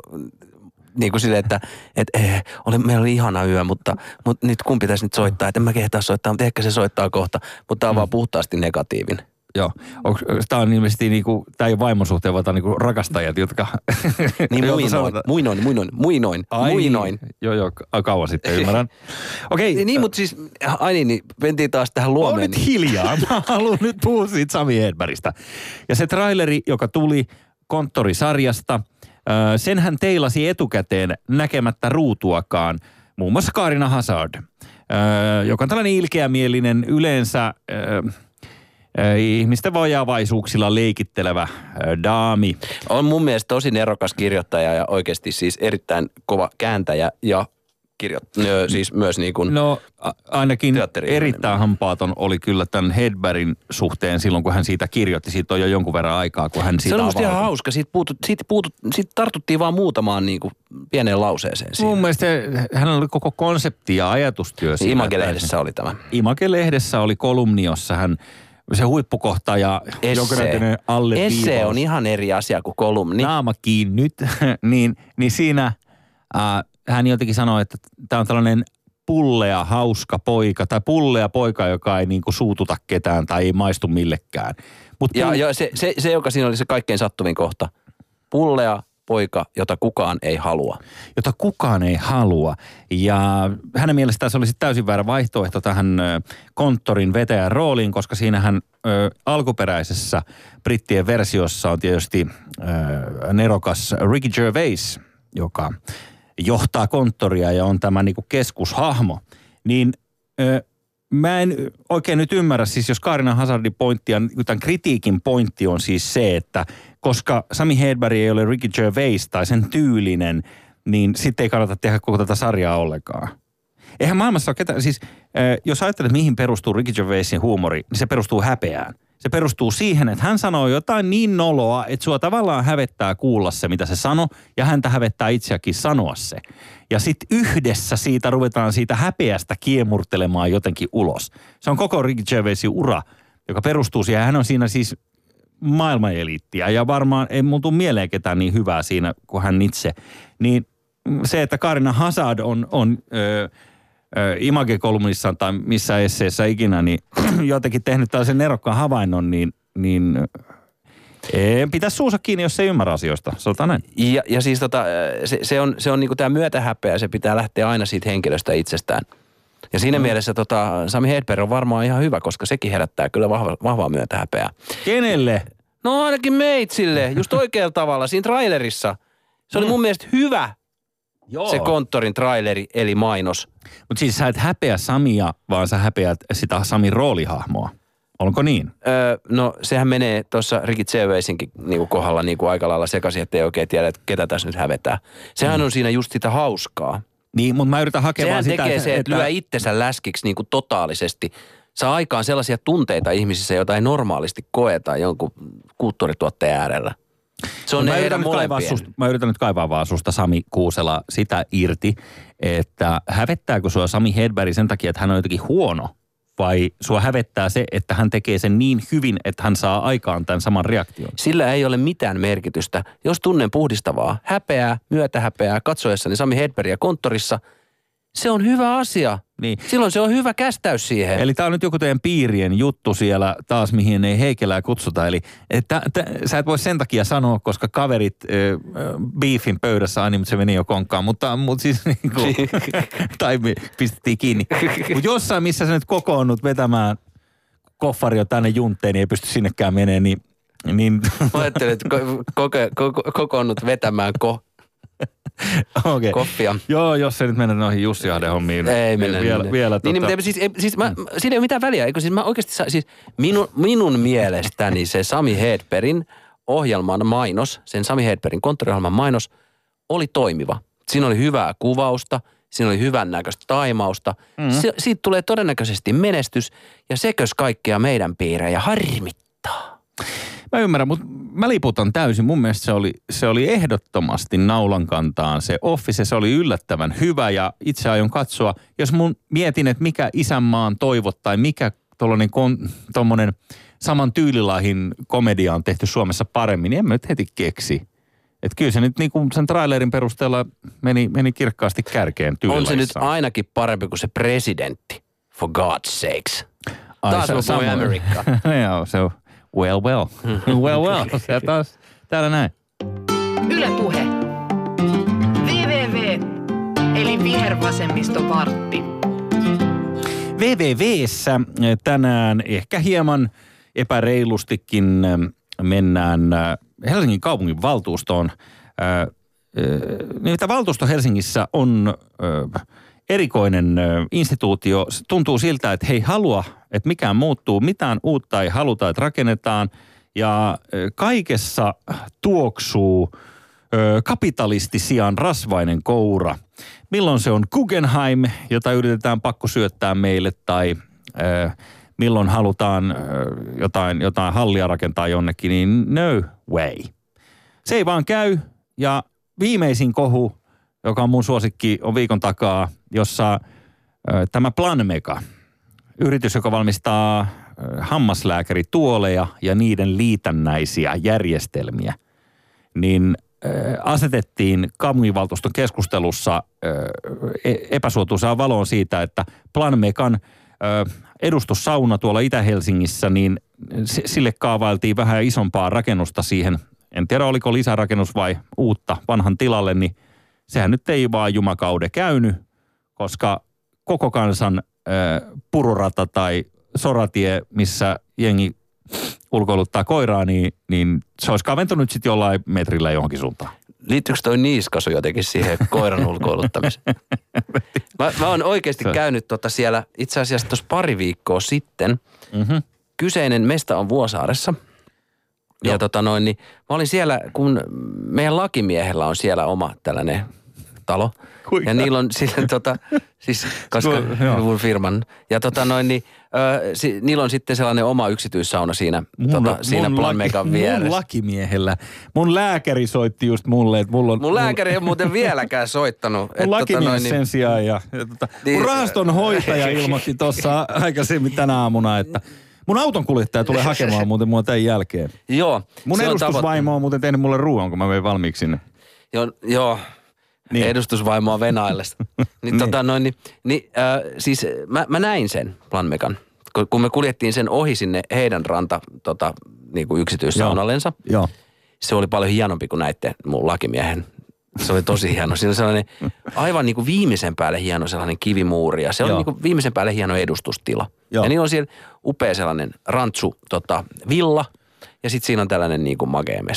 niin kuin silleen, että et, eh, oli, meillä oli ihana yö, mutta, mutta nyt kun pitäisi nyt soittaa, että en mä kehtaa soittaa, mutta ehkä se soittaa kohta. Mutta tämä on mm. vaan puhtaasti negatiivinen. Joo. Tämä on ilmeisesti niinku, tämä ei ole vaimon suhteen, vaan tämä on niinku rakastajat, jotka... Niin muinoin, muinoin, muinoin, muinoin, Ai, muinoin. Joo, joo, kauan sitten ymmärrän. Okei. Okay. Niin, mutta siis, ai niin, niin mentiin taas tähän luomeen. On nyt hiljaa. Mä haluan nyt puhua siitä Sami Hedbergistä. Ja se traileri, joka tuli konttorisarjasta, sen hän teilasi etukäteen näkemättä ruutuakaan. Muun muassa Kaarina Hazard, joka on tällainen ilkeämielinen yleensä... ihmisten vajaavaisuuksilla leikittelevä daami. On mun mielestä tosi nerokas kirjoittaja ja oikeasti siis erittäin kova kääntäjä ja kirjoittaja, siis myös niin kuin no ainakin erittäin hampaaton oli kyllä tämän Hedbergin suhteen silloin, kun hän siitä kirjoitti. Siitä on jo jonkun verran aikaa, kun hän siitä avautui. Se on musta ihan hauska. Siitä, puutut, siitä, puutut, siitä tartuttiin vaan muutamaan niin kuin pieneen lauseeseen siinä. Mun mielestä hän oli koko konsepti ja ajatustyö siinä. Image-lehdessä oli tämä. Image-lehdessä oli kolumni, jossa hän se huippukohta ja jonkinlainen alleviivaus. Esse on ihan eri asia kuin kolumni. Naama kiinni nyt. niin, niin siinä äh, hän jotenkin sanoi, että tämä on tällainen pullea hauska poika tai pullea poika, joka ei niinku suututa ketään tai ei maistu millekään. Mut ja pull... ja se, se, se, joka siinä oli se kaikkein sattuvin kohta. Pullea poika, jota kukaan ei halua. Jota kukaan ei halua. Ja hänen mielestään se olisi täysin väärä vaihtoehto tähän konttorin vetäjän rooliin, koska siinähän ö, alkuperäisessä brittien versiossa on tietysti ö, nerokas Ricky Gervais, joka johtaa konttoria ja on tämä niinku keskushahmo. Niin ö, mä en oikein nyt ymmärrä, siis jos Kaarina Hazardin pointti ja tämän kritiikin pointti on siis se, että koska Sami Hedberg ei ole Ricky Gervais tai sen tyylinen, niin sitten ei kannata tehdä koko tätä sarjaa ollenkaan. Eihän maailmassa ole ketään, siis jos ajattelet mihin perustuu Ricky Gervaisin huumori, niin se perustuu häpeään. Se perustuu siihen, että hän sanoo jotain niin noloa, että sua tavallaan hävettää kuulla se, mitä se sanoo, ja häntä hävettää itseäkin sanoa se. Ja sitten yhdessä siitä ruvetaan siitä häpeästä kiemurtelemaan jotenkin ulos. Se on koko Ricky Gervaisin ura, joka perustuu siihen. Hän on siinä siis maailman eliittiä, ja varmaan ei mun tule mieleen ketään niin hyvää siinä kuin hän itse. Niin se, että Kaarina Hazard on... on öö, Image-kolumnissaan tai missä esseessä ikinä, niin jotenkin tehnyt tällaisen nerokkaan havainnon, niin, niin pitäisi suusa kiinni, jos ei ymmärrä asioista. Sanotaan näin. Ja, ja siis tota, se, se on, se on niinku tämä myötähäpeä, se pitää lähteä aina siitä henkilöstä itsestään. Ja siinä mm. mielessä tota, Sami Hedberg on varmaan ihan hyvä, koska sekin herättää kyllä vahva, vahvaa myötähäpeää. Kenelle? No ainakin meitsille, just oikealla tavalla, siinä trailerissa. Se oli mun mielestä hyvä. Joo. Se konttorin traileri eli mainos. Mutta siis sä et häpeä Samia, vaan sä häpeät sitä Samin roolihahmoa. Onko niin? Öö, no sehän menee tuossa Ricky Gervaisinkin niinku kohdalla niinku aika lailla sekaisin, ettei oikein tiedä, että ketä tässä nyt hävetää. Sehän mm. on siinä just sitä hauskaa. Niin, mutta mä yritän hakea vaan sitä, Sehän tekee se, että, että lyö itsensä läskiksi niinku totaalisesti. Saa aikaan sellaisia tunteita ihmisissä, joita ei normaalisti koeta jonkun kulttuurituotteen äärellä. Se on mä ne yritän, heidän molempien. susta, mä yritän nyt kaivaa vaan susta, Sami Kuusela, sitä irti, että hävettääkö sua Sami Hedberg sen takia, että hän on jotenkin huono? Vai sua hävettää se, että hän tekee sen niin hyvin, että hän saa aikaan tämän saman reaktion? Sillä ei ole mitään merkitystä. Jos tunnen puhdistavaa häpeää, myötähäpeää katsoessani Sami Hedbergia konttorissa, se on hyvä asia. Niin. Silloin se on hyvä kästäys siihen. Eli tää on nyt joku teidän piirien juttu siellä taas, mihin ei Heikelää kutsuta. Eli että, että, sä et voi sen takia sanoa, koska kaverit äh, beefin pöydässä aina, mutta se meni jo konkkaan. Mutta, mutta siis niin kuin, tai pistettiin kiinni. Mutta jossain, missä sä nyt kokoonnut vetämään koffaria tänne juntteen, niin ei pysty sinnekään menee, niin... niin mä ajattelin, että ko- ko- ko- kokoonnut vetämään ko... Okay. koffia. Joo, jos se nyt mennä noihin Jussi Ahden hommiin. Ei mennä. Vielä, mennä. vielä niin, tota... niin, siis, siis mä, mm. siinä ei ole mitään väliä. Eikö siis mä oikeasti, sa- siis minun, minun mielestäni se Sami Hedbergin ohjelman mainos, sen Sami Hedbergin konttoriohjelman mainos oli toimiva. Siinä oli hyvää kuvausta, siinä oli hyvän näköistä taimausta. Mm-hmm. Se, siitä tulee todennäköisesti menestys ja sekös kaikkea meidän piirejä harmittaa. Mä ymmärrän, mutta mä liputan täysin. Mun mielestä se oli, se oli ehdottomasti naulan kantaan se Office. Se oli yllättävän hyvä ja itse aion katsoa. Jos mun mietin, että mikä isänmaan toivot tai mikä tollainen tommonen saman tyylilahin komedia on tehty Suomessa paremmin, niin en mä nyt heti keksi. Että kyllä se nyt niin kuin sen trailerin perusteella meni, meni kirkkaasti kärkeen tyylilajissa. On se nyt ainakin parempi kuin se presidentti, for God's sakes. Ai, Taas se on sama. Amerikka. Joo, se on well well. well well. Se taas täällä näin. Yle Puhe. V V V, eli vihervasemmistovartti. V V V:ssä tänään ehkä hieman epäreilustikin mennään Helsingin kaupungin valtuustoon. Nimittäin valtuusto Helsingissä on erikoinen instituutio. Tuntuu siltä, että he ei halua, että mikään muuttuu, mitään uutta ei haluta, että rakennetaan. Ja kaikessa tuoksuu kapitalistisiaan rasvainen koura. Milloin se on Guggenheim, jota yritetään pakko syöttää meille, tai milloin halutaan jotain, jotain hallia rakentaa jonnekin, niin no way. Se ei vaan käy, ja viimeisin kohu, joka on mun suosikki, on viikon takaa, jossa ö, tämä Planmega, yritys, joka valmistaa ö, hammaslääkärituoleja ja niiden liitännäisiä järjestelmiä, niin ö, asetettiin kaupunginvaltuuston keskustelussa ö, epäsuotuisaan valoon siitä, että Planmegan ö, edustussauna tuolla Itä-Helsingissä, niin sille kaavailtiin vähän isompaa rakennusta siihen. En tiedä, oliko lisärakennus vai uutta vanhan tilalle, niin sehän nyt ei vaan jumakaude käynyt, koska koko kansan ö, pururata tai soratie, missä jengi ulkoiluttaa koiraa, niin, niin se olisi kaventunut sitten jollain metrillä johonkin suuntaan. Liittyykö toi niiskasu jotenkin siihen koiran ulkoiluttamiseen? Mä, mä oon oikeasti käynyt tota siellä itse asiassa tuossa pari viikkoa sitten. Mm-hmm. Kyseinen mesta on Vuosaaressa. Ja tota noin, niin mä olin siellä, kun meidän lakimiehellä on siellä oma tällainen talo. Kuinka? Ja niillä on sille tota, siis koska mun firman. Ja tota noin, niin ö, si, niillä on sitten sellainen oma yksityissauna siinä, mun, tota, siinä Planmegan vieressä. Mun lakimiehellä. Mun lääkäri soitti just mulle, että mulla on... Mun lääkäri ei ole muuten vieläkään soittanut. Mun lakimies tota noin, niin, sen sijaan ja, ja tota, niin, mun rahaston hoitaja ilmoitti tuossa aikaisemmin tänä aamuna, että... Mun auton kuljettaja tulee hakemaan muuten mua tämän jälkeen. Joo. Mun edustusvaimo on muuten tehnyt mulle ruoan, kun mä vein valmiiksi sinne. Joo, joo. Niin. Edustusvaimoa Venäjästä. niin, niin. Tota noin, niin, niin äh, siis mä, mä näin sen Planmegan, kun me kuljettiin sen ohi sinne heidän ranta tota, niin kuin yksityissaunallensa. Joo. Se oli paljon hienompi kuin näitte mun lakimiehen. Se oli tosi hieno. Siinä oli sellainen aivan niin kuin viimeisen päälle hieno sellainen kivimuuri ja se oli niin kuin viimeisen päälle hieno edustustila. Joo. Ja niin on siellä upea sellainen rantsu tota, villa ja sitten siinä on tällainen niin kuin magea mesta.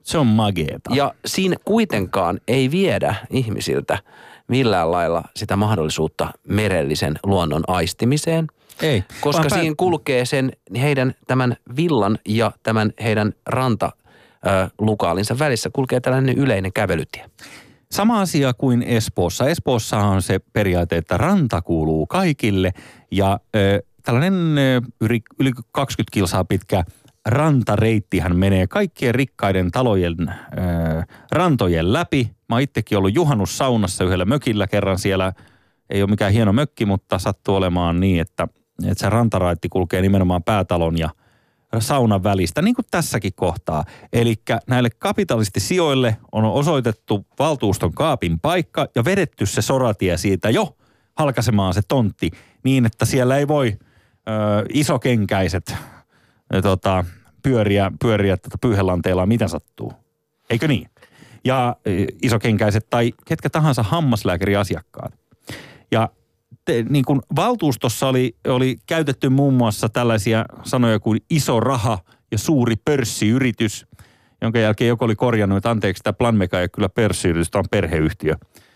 Se on mageeta. Ja siinä kuitenkaan ei viedä ihmisiltä millään lailla sitä mahdollisuutta merellisen luonnon aistimiseen. Ei. Koska Vaan siinä päät- kulkee sen heidän tämän villan ja tämän heidän ranta ö, lukaalinsa välissä kulkee tällainen yleinen kävelytie. Sama asia kuin Espoossa. Espoossahan on se periaate, että ranta kuuluu kaikille ja ö, tällainen ö, yli, yli kaksikymmentä kilsaa pitkä rantareittihän menee kaikkien rikkaiden talojen ö, rantojen läpi. Mä oon itsekin ollut juhannussaunassa yhdellä mökillä kerran siellä. Ei ole mikään hieno mökki, mutta sattuu olemaan niin, että, että se rantaraitti kulkee nimenomaan päätalon ja saunan välistä, niin kuin tässäkin kohtaa. Eli näille kapitalistisijoille on osoitettu valtuuston kaapin paikka ja vedetty se soratie siitä jo halkaisemaan se tontti niin, että siellä ei voi ö, isokenkäiset ö, tota, pyöriä, pyöriä tota pyyhelanteella mitä sattuu. Eikö niin? Ja ö, isokenkäiset tai ketkä tahansa hammaslääkäriasiakkaat. Ja te, niin kuin valtuustossa oli, oli käytetty muun muassa tällaisia sanoja kuin iso raha ja suuri pörssiyritys, jonka jälkeen joku oli korjannut, että anteeksi, tämä Planmeka ei ole kyllä pörssiyritys, tämä on perheyhtiö.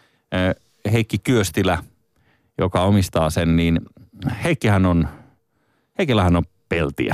Heikki Kyöstilä, joka omistaa sen, niin Heikkihän on, Heikillähän on peltiä.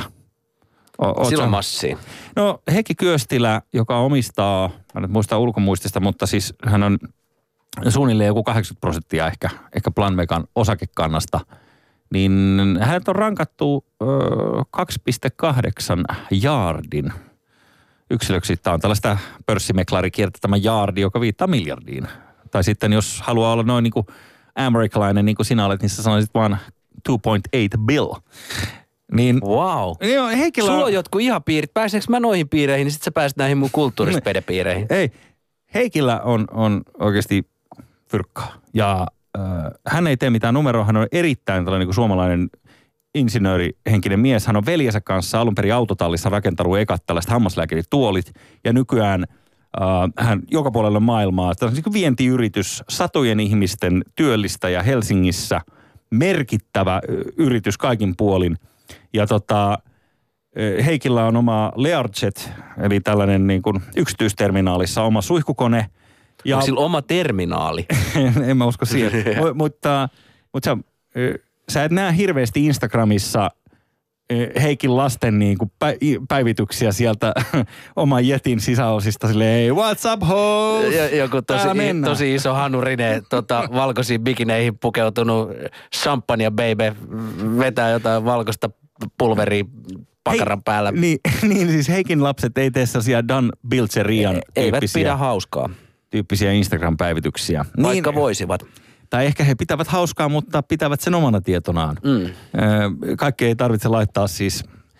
O, Sillä on massia. No Heikki Kyöstilä, joka omistaa, mä nyt muistan ulkomuistista, mutta siis hän on suunnilleen joku kahdeksankymmentä prosenttia ehkä, ehkä Planmekan osakekannasta, niin hänet on rankattu ö, kaksi pilkku kahdeksan jaardin yksilöksi. Tämä on tällaista pörssimeklaarikiertä tämä jaardi, joka viittaa miljardiin. Tai sitten jos haluaa olla noin niin kuin amerikkalainen, niin kuin sinä olet, niin sä sanoisit vaan two point eight bill. Niin, Wow. Joo, Heikillä Sulla on jotkut ihan piirit. Pääseekö mä noihin piireihin, niin sit sä pääset näihin mun kulttuurispede-piireihin. Ei, Heikillä on, on oikeasti fyrkkaa. Ja äh, hän ei tee mitään numeroa, hän on erittäin tällainen niin kuin suomalainen insinöörihenkinen mies. Hän on veljensä kanssa alun perin autotallissa rakentanut ekat tällaiset hammaslääkärituolit. Ja nykyään äh, hän joka puolella maailmaa, tällainen niin vientiyritys, satojen ihmisten työllistäjä Helsingissä, merkittävä yritys kaikin puolin. Ja tota, Heikillä on oma Learjet, eli tällainen niin kuin yksityisterminaalissa oma suihkukone. Ja onko sillä oma terminaali? En mä usko siihen. M- mutta mutta sä, sä et näe hirveästi Instagramissa Heikin lasten niin kuin päivityksiä sieltä oman jetin sisäosista silleen, hey, what's up, hoes? Ja, joku tosi, tosi iso hanurine, tota, valkoisiin bikineihin pukeutunut champagne baby vetää jotain valkoista pulveria pakaran päällä. Niin, niin siis Heikin lapset ei tee sellaisia Dan Bilzerian Eivät pidä hauskaa. Tyyppisiä Instagram-päivityksiä. Vaikka niin, voisivat. Tai ehkä he pitävät hauskaa, mutta pitävät sen omana tietonaan. Mm. Kaikki ei tarvitse laittaa siis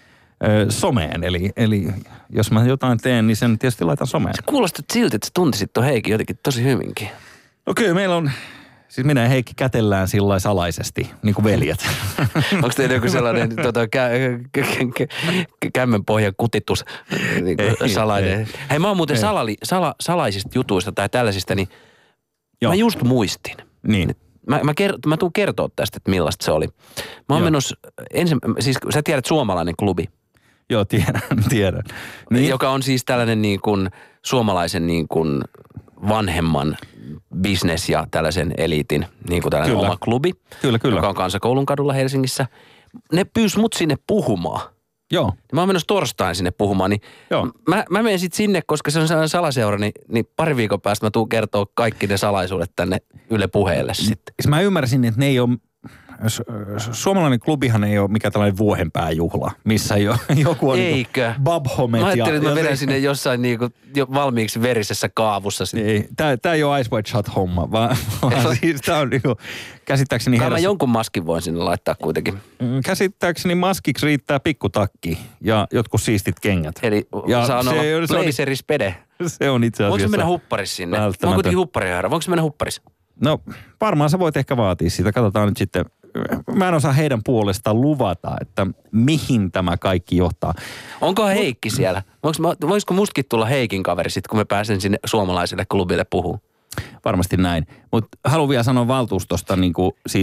someen. Eli, eli jos mä jotain teen, niin sen tietysti laitan someen. Se kuulostaa siltä, että sä tuntisit tuon Heikin jotenkin tosi hyvinkin. No kyllä meillä on, siis minä ja Heikki kätellään sillä salaisesti, niin kuin veljet. Onko teillä joku sellainen tota, kä- kä- kä- kämmenpohjan kutitus niin kuin salainen? Ei. Hei, mä oon muuten salali, sala, salaisista jutuista tai tällaisista, niin Joo. mä just muistin. Niin. Mä, mä, kert- mä tuun kertoa tästä, että millaista se oli. Mä oon menossa, ensin, siis sä tiedät suomalainen klubi. Joo, tiedän, tiedän. Niin. Joka on siis tällainen niin kuin suomalaisen niin kuin vanhemman business ja tällaisen eliitin, niin kuin tällainen kyllä. oma klubi. Kyllä, kyllä. Joka on Kansakoulun kadulla Helsingissä. Ne pyys mut sinne puhumaan. Joo. Mä oon menossa torstain sinne puhumaan, niin Joo. Mä, mä menen sitten sinne, koska se on sellainen salaseura, niin, niin pari viikon päästä mä tuun kertoa kaikki ne salaisuudet tänne Yle Puheelle sitten. Mä ymmärsin, että ne ei ole, suomalainen klubihan ei ole mikään tällainen vuohenpääjuhla, missä ei ole, joku on Eikö? Niin Babhomet. Mä ajattelin, että mä vedän se, sinne jossain niinku jo valmiiksi verisessä kaavussa. Ei, tää, tää ei ole Ice White Shut homma, vaan, vaan siis tää on niinku, käsittääkseni Kai herras... mä jonkun maskin voin sinne laittaa kuitenkin. Käsittääkseni maskiksi riittää pikkutakki ja jotkut siistit kengät. Eli ja saa se, olla se, blazeris pede. Se on itse asiassa Voinko se mennä hupparis sinne? Mä oon kuitenkin hupparihaara. Voinko se mennä hupparis? No varmaan sä voit ehkä vaatia siitä. Katsotaan nyt sitten. Mä en osaa heidän puolestaan luvata, että mihin tämä kaikki johtaa. Onko Heikki siellä? Voisiko, voisiko mustakin tulla Heikin kaveri sitten, kun mä pääsen sinne suomalaiselle klubille puhumaan? Varmasti näin. Mutta haluan vielä sanoa valtuustosta, niin kuin, siis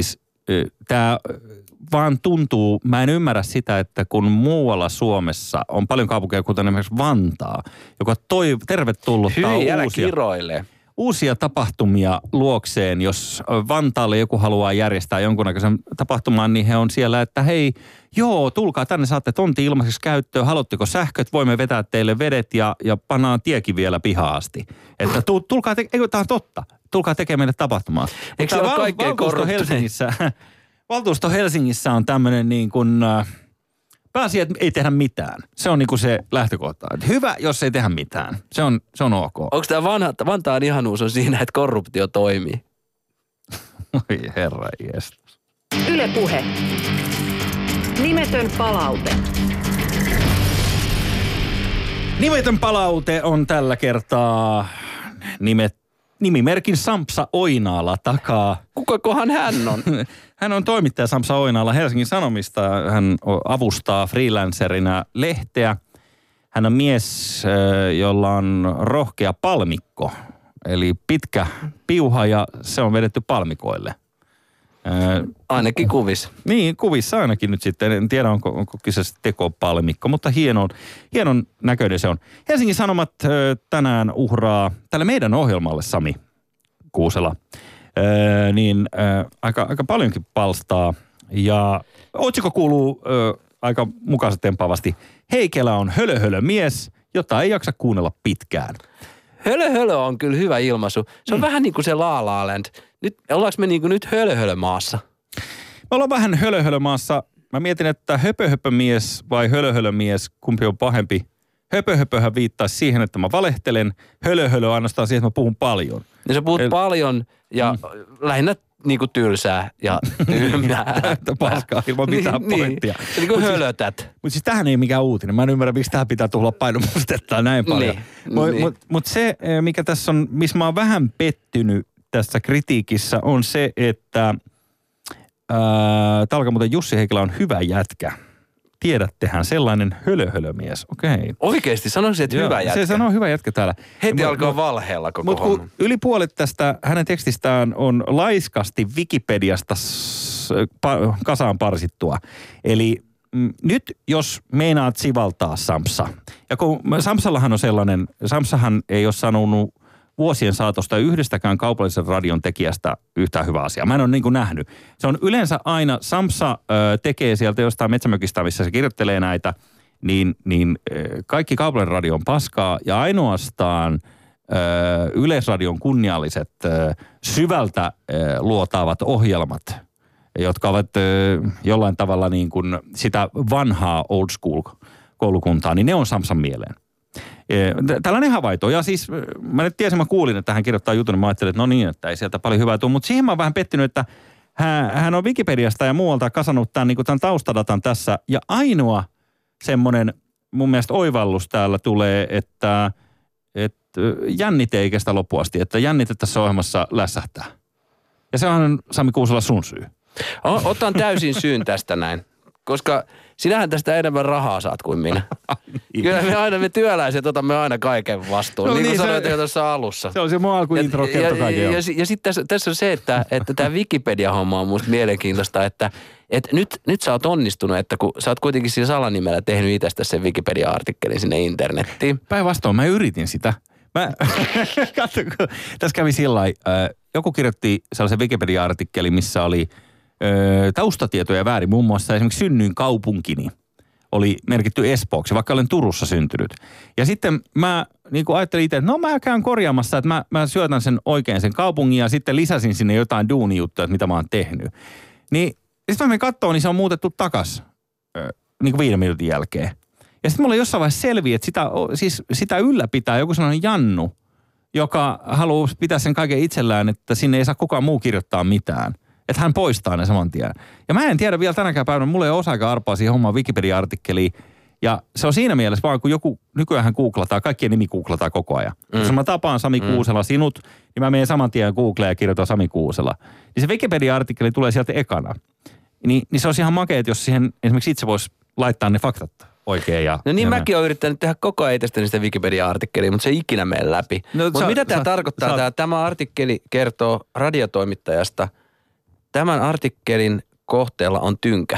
tämä vaan tuntuu, mä en ymmärrä sitä, että kun muualla Suomessa on paljon kaupunkeja, kuten esimerkiksi Vantaa, joka toi tervetulluttaa Hyi, älä uusia, kiroile. uusia tapahtumia luokseen. Jos Vantaalle joku haluaa järjestää jonkunnäköisen tapahtuman, niin he on siellä, että hei, joo, tulkaa tänne, saatte tonti ilmaiseksi käyttöön, haluatteko sähköt, voimme vetää teille vedet ja, ja pannaan tiekin vielä pihaan asti. Että tu, tulkaa, te- eikö tämä on totta, tulkaa tekemään meille tapahtumaa. Eikö se ole kaikkein valtuusto Helsingissä, valtuusto Helsingissä on tämmöinen niin kuin, äh, pääasia, että ei tehdä mitään. Se on niin kuin se lähtökohta. Että hyvä, jos ei tehdä mitään. Se on, se on ok. Onko tämä vanha, Vantaan ihanuus on siinä, että korruptio toimii? Oi herra jestas. Yle Puhe. Nimetön palaute. Nimetön palaute on tällä kertaa nimet, nimimerkin Sampsa Oinaala takaa. Kukakohan hän on? Hän on toimittaja Sampsa Oinaala Helsingin Sanomista. Hän avustaa freelancerina lehteä. Hän on mies, jolla on rohkea palmikko, eli pitkä piuha ja se on vedetty palmikoille. Ainakin kuvis. Niin, kuvissa ainakin nyt sitten. En tiedä, onko, onko kyseessä tekopalmikko, mutta hienon, hienon näköinen se on. Helsingin Sanomat ö, tänään uhraa tälle meidän ohjelmalle, Sami Kuusela, ö, niin ö, aika, aika paljonkin palstaa. Ja otsikko kuuluu ö, aika mukaansa tempaavasti. Heikelä on hölö hölö mies, jota ei jaksa kuunnella pitkään. Hölö hölö on kyllä hyvä ilmaisu. Se on mm. vähän niin kuin se La La Land. Nyt, ollaanko me niin kuin nyt hölö hölö maassa? Me ollaan vähän hölö hölö maassa. Mä mietin, että höpö höpö mies vai hölö hölö mies, kumpi on pahempi. Höpö höpöhän viittaisi siihen, että mä valehtelen. Hölö hölö ainoastaan siihen, että mä puhun paljon. Ja sä puhut El... paljon ja mm. lähinnä niin kuin tylsää ja tyhmää. Täyttä paskaa ilman mitään niin, pointtia. Se niin kuin mut hölötät. Siis, mutta siis tämähän ei mikään uutinen. Mä en ymmärrä, miksi tähän pitää tulla painomustetta näin paljon. Niin, Mutta niin. mut, mut se, mikä tässä on, missä mä oon vähän pettynyt tässä kritiikissä, on se, että Talka muuten Jussi Heikelä on hyvä jätkä. Tiedättehän, sellainen hölö-hölömies. Okei. Okay. Oikeesti, sanoisin, että Joo, hyvä jätkä. Se sanoo hyvä jätkä täällä. Heti ja alkaa mut, valheella koko mut, homma. Yli puolet tästä hänen tekstistään on laiskasti Wikipediasta s, pa, kasaan parsittua. Eli mm, nyt jos meinaat sivaltaa Sampsa. Ja kun Sampsallahan on sellainen, Sampsahan ei ole sanonut vuosien saatosta yhdestäkään kaupallisen radion tekijästä yhtään hyvää asiaa. Mä en ole niin kuin nähnyt. Se on yleensä aina, Sampsa ö, tekee sieltä jostain metsämökistä, missä se kirjoittelee näitä, niin, niin ö, kaikki kaupallinen radio on paskaa ja ainoastaan ö, Yleisradion kunnialliset ö, syvältä ö, luotaavat ohjelmat, jotka ovat ö, jollain tavalla niin kuin sitä vanhaa old school koulukuntaa, niin ne on Sampsan mieleen. Tällainen havainto. Ja siis mä nyt tiesin, mä kuulin, että hän kirjoittaa jutun, niin mä ajattelin, että no niin, että ei sieltä paljon hyvää tule. Mutta siihen mä oon vähän pettynyt, että hän, hän on Wikipediasta ja muualta kasannut tämän, niin kuin tämän taustadatan tässä. Ja ainoa semmoinen mun mielestä oivallus täällä tulee, että, että jännite ei kestä loppuun asti. Että jännite tässä ohjelmassa lässähtää. Ja se on Sami Kuusela sun syy. Otan täysin syyn tästä näin. Koska sinähän tästä enemmän rahaa saat kuin minä. Kyllä me aina, me työläiset otamme aina kaiken vastuun, no, niin kuin niin sanoit jo tuossa alussa. Se on se mun alkuintro kertoi kaiken. Ja, ja, ja, ja sitten tässä, tässä on se, että, että tämä Wikipedia-homma on musta mielenkiintoista, että, että nyt, nyt sä oot onnistunut, että kun sä oot kuitenkin sillä salanimellä tehnyt itsestä sen Wikipedia-artikkelin sinne internettiin. Päinvastoin, mä yritin sitä. Mä, katso, tässä kävi sillä lailla, joku kirjoitti sellaisen Wikipedia-artikkelin, missä oli taustatietoja väärin. Muun muassa esimerkiksi synnyin kaupunkini oli merkitty Espooksi, vaikka olen Turussa syntynyt. Ja sitten mä niin kuin ajattelin itse, että no mä käyn korjaamassa, että mä, mä syötän sen oikein sen kaupungin ja sitten lisäsin sinne jotain duunijuttuja, että mitä mä oon tehnyt. Niin sitten mä menen katsomaan, niin se on muutettu takas niin kuin viiden minuutin jälkeen. Ja sitten mulla jossain vaiheessa selviää, että sitä, siis sitä ylläpitää joku sellainen Jannu, joka haluaa pitää sen kaiken itsellään, että sinne ei saa kukaan muu kirjoittaa mitään. Että hän poistaa ne saman tien. Ja mä en tiedä vielä tänäkään päivänä, mulla ei ole osa-aika arpaa siihen hommaan Wikipedia-artikkeliin. Ja se on siinä mielessä vaan, kun joku, nykyään googlataan, kaikkien nimi googlataan koko ajan. Mm. Jos mä tapaan Sami mm. Kuusela sinut, niin mä menen saman tien Googleen ja kirjoitan Sami Kuusela. Niin se Wikipedia-artikkeli tulee sieltä ekana. Niin, niin se olisi ihan makea, että jos siihen esimerkiksi itse voisi laittaa ne faktat oikein. Ja, no niin, ja mäkin olen yrittänyt tehdä koko ajan itsestäni sitä Wikipedia-artikkelia, mutta se ei ikinä mene läpi. No, mutta mitä tämä tarkoittaa? Sä, tämä, tämä artikkeli kertoo radiotoimittajasta, tämän artikkelin kohteella on tynkä.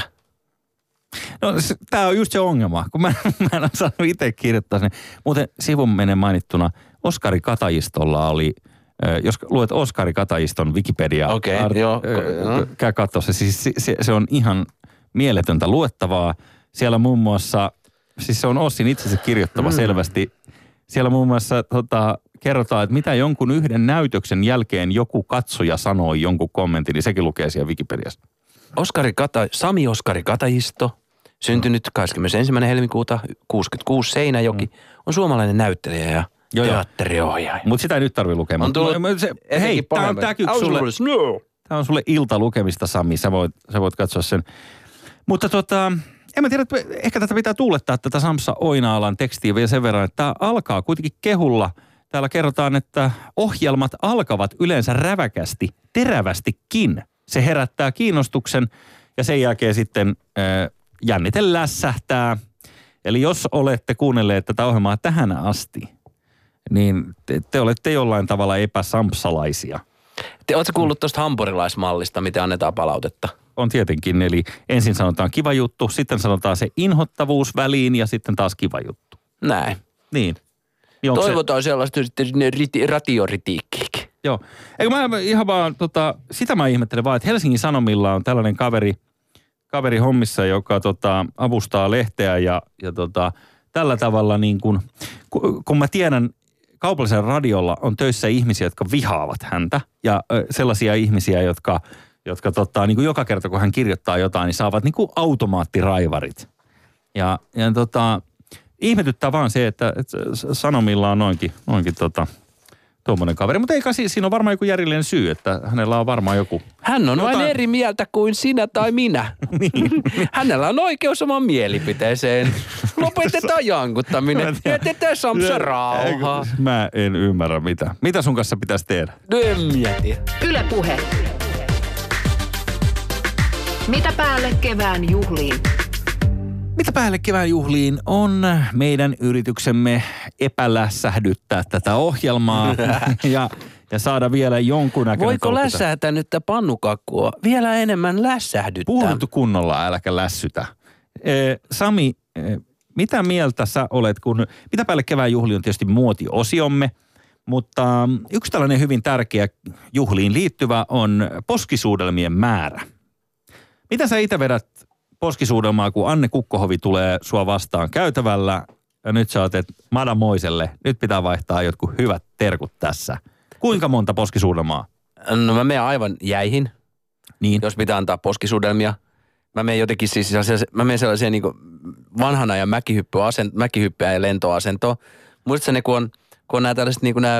No tämä on just se ongelma, kun mä, mä en ole saanut itse kirjoittaa sen. Muuten sivun menee mainittuna, Oskari Katajistolla oli, jos luet Oskari Katajiston Wikipedia, Okei, art, joo. Ö, käy katsoa se. Siis se, se, se on ihan mieletöntä luettavaa. Siellä muun muassa, siis se on Ossin itsensä kirjoittava mm. selvästi. Siellä muun muassa tota, kerrotaan, että mitä jonkun yhden näytöksen jälkeen joku katsoja sanoi jonkun kommentin, niin sekin lukee siellä Wikipediassa. Oskari Kata, Sami Oskari Katajisto, syntynyt kahdeskymmenesensimmäinen helmikuuta kuusikymmentäkuusi Seinäjoki, mm. on suomalainen näyttelijä ja teatteriohjaaja. Mutta sitä ei nyt tarvitse lukemaan. On tullut se, hei, tämä on, tääkin sulle, tää on sulle iltalukemista, Sami. Sä voit, sä voit katsoa sen. Mutta tota, en mä tiedä, että ehkä tätä pitää tuulettaa tätä Sampsa Oinaalan tekstiä vielä sen verran, että tämä alkaa kuitenkin kehulla. Täällä kerrotaan, että ohjelmat alkavat yleensä räväkästi, terävästikin. Se herättää kiinnostuksen ja sen jälkeen sitten äh, jännite lässähtää. Eli jos olette kuunnelleet tätä ohjelmaa tähän asti, niin te, te olette jollain tavalla epäsampsalaisia. Te olette kuullut tuosta hampurilaismallista, miten annetaan palautetta? On tietenkin, eli ensin sanotaan kiva juttu, sitten sanotaan se inhottavuus väliin ja sitten taas kiva juttu. Näin. Niin. niin Toivotaan se... sellaista sitten sinne riti, ratioritiikkiikin. Joo. Eikö mä ihan vaan, tota, sitä mä ihmettelen vaan, että Helsingin Sanomilla on tällainen kaveri, kaveri hommissa, joka tota, avustaa lehteä ja, ja tota, tällä tavalla niin kuin, kun mä tiedän, kaupallisen radiolla on töissä ihmisiä, jotka vihaavat häntä ja ö, sellaisia ihmisiä, jotka, jotka tota, niin kuin joka kerta, kun hän kirjoittaa jotain, niin saavat niin kuin automaattiraivarit. Ja, ja tota, ihmetyttää vaan se, että, että Sanomilla on noinkin, noinkin tota, tuommoinen kaveri. Mutta eikä siinä on varmaan joku järjellinen syy, että hänellä on varmaan joku... Hän on jotain... vain eri mieltä kuin sinä tai minä. niin. Hänellä on oikeus oman mielipiteeseen. Lopetetaan jankuttaminen. Jätetään Sampsa rauhaa. Mä en ymmärrä mitä. Mitä sun kanssa pitäisi tehdä? No en mieti. Yle Puhe. Mitä päälle kevään juhliin? Mitä päälle kevään juhliin on meidän yrityksemme epälässähdyttää tätä ohjelmaa ja, ja saada vielä jonkun näköinen... Voiko lässähtää nyt pannukakkua vielä enemmän lässähdyttää? Puhuttu kunnolla, äläkä lässytä. Eh, Sami, eh, mitä mieltä sä olet, kun mitä päälle kevään juhli on tietysti muotiosiomme, mutta yksi tällainen hyvin tärkeä juhliin liittyvä on poskisuudelmien määrä. Mitä sä itse vedät poskisuudelmaa, kun Anne Kukkohovi tulee sua vastaan käytävällä ja nyt sä oot, että Madamoiselle, nyt pitää vaihtaa jotkut hyvät terkut tässä. Kuinka monta poskisuudelmaa? No mä menen aivan jäihin, niin. Jos pitää antaa poskisuudelmia. Mä menen jotenkin siis, mä menen sellaiseen niin kuin vanhan ajan mäkihyppyä ja lentoasentoon. Muistatko ne, kun on, kun on nämä tällaiset niin kuin nämä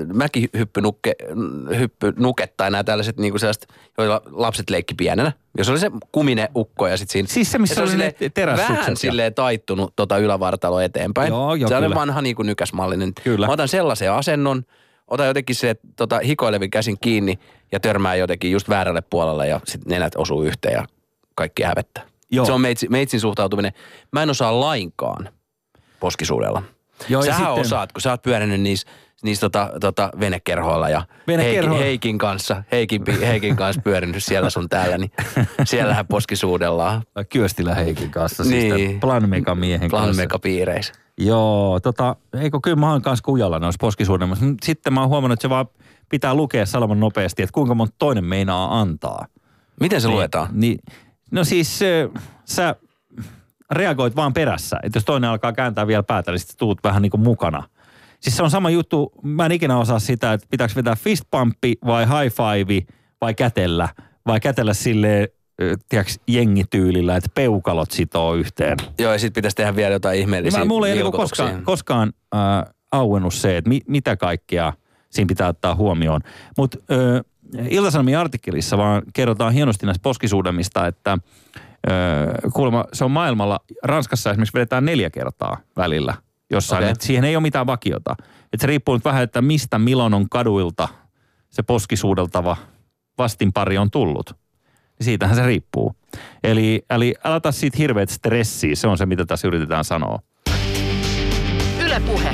mäkihyppynuket tai nämä tällaiset niin kuin sellaiset, joilla lapset leikki pienenä. Jos oli se kuminen ukko ja sitten siinä... Siis se, missä oli ne terässukset. Vähän silleen taittunut tota ylävartalo eteenpäin. Joo, joo, se on kyllä. vanha niin kuin nykäsmallinen. Kyllä. Mä otan sellaisen asennon, otan jotenkin se tota, hikoilevin käsin kiinni ja törmää jotenkin just väärälle puolelle ja sitten nenät osuu yhteen ja kaikki hävettää. Joo. Se on meitsi, meitsin suhtautuminen. Mä en osaa lainkaan poskisuudella. Joo, sähän sitten... osaat, kun sä oot pyörinyt niissä niis tota, tota venekerhoilla ja Heikin, Heikin kanssa, Heikin, Heikin kanssa pyörinyt siellä sun täällä, niin siellähän poskisuudellaan. Kyöstilä Heikin kanssa, siis niin. Planmeka-miehen kanssa. Planmeka-piireissä. Joo, tota, eikö kyllä mä oon kanssa kujalla noissa poskisuudelmassa. Sitten mä oon huomannut, että se vaan pitää lukea salaman nopeasti, että kuinka monta toinen meinaa antaa. Miten se niin, luetaan? Niin, no siis sä reagoit vaan perässä, että jos toinen alkaa kääntää vielä päätä, niin sitten tuut vähän niin kuin mukana. Siis se on sama juttu, mä en ikinä osaa sitä, että pitääkö vetää fist pumppi vai high five vai kätellä. Vai kätellä silleen, tiedätkö, jengityylillä, että peukalot sitoo yhteen. Joo, ja sitten pitäisi tehdä vielä jotain ihmeellisiä niin mulla ei niinku koskaan, koskaan äh, auennut se, että mi, mitä kaikkea siinä pitää ottaa huomioon. Mutta äh, Ilta-Sanomien artikkelissa vaan kerrotaan hienosti näistä poskisuudemista, että Öö, kuulemma se on maailmalla, Ranskassa esimerkiksi vedetään neljä kertaa välillä jossain, okay. Että siihen ei ole mitään vakiota. Että se riippuu nyt vähän, että mistä Milanon kaduilta se poskisuudeltava vastinpari on tullut. Siitähän se riippuu. Eli, eli älä ota siitä hirveät stressiä, se on se, mitä tässä yritetään sanoa. Yle Puhe.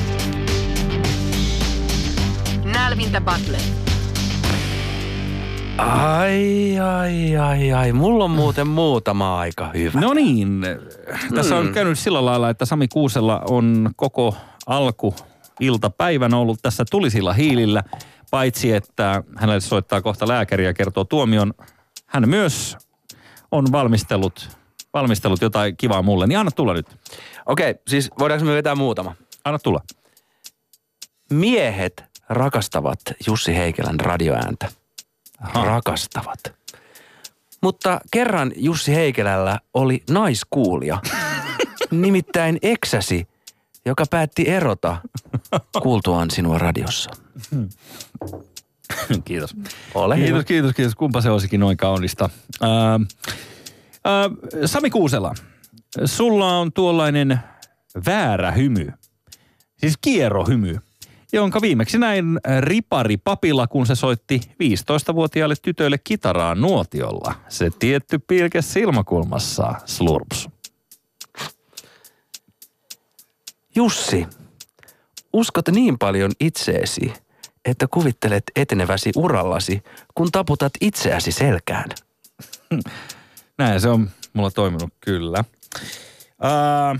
Nälvintä Battle. Ai, ai, ai, ai. Mulla on muuten muutama aika hyvä. No niin, tässä on käynyt sillä lailla, että Sami Kuusela on koko alku iltapäivän ollut tässä tulisilla hiilillä, paitsi että hänelle soittaa kohta lääkäri ja kertoo tuomion. Hän myös on valmistellut, valmistellut jotain kivaa mulle, niin anna tulla nyt. Okei, siis voidaanko me vetää muutama? Anna tulla. Miehet rakastavat Jussi Heikelän radioääntä. Aha. Rakastavat. Mutta kerran Jussi Heikelällä oli naiskuulija, nimittäin eksäsi, joka päätti erota kuultuaan sinua radiossa. Kiitos. Ole kiitos, hyvä. kiitos, kiitos. Kumpa se olisikin noin kaunista. Ää, ää, Sami Kuusela, sulla on tuollainen väärä hymy, siis kierrohymy, jonka viimeksi näin ripari papilla, kun se soitti viisitoistavuotiaille tytöille kitaraa nuotiolla. Se tietty pilke silmäkulmassa, slurps. Jussi, uskot niin paljon itseesi, että kuvittelet eteneväsi urallasi, kun taputat itseäsi selkään. Näin se on mulla toiminut, kyllä. Ää,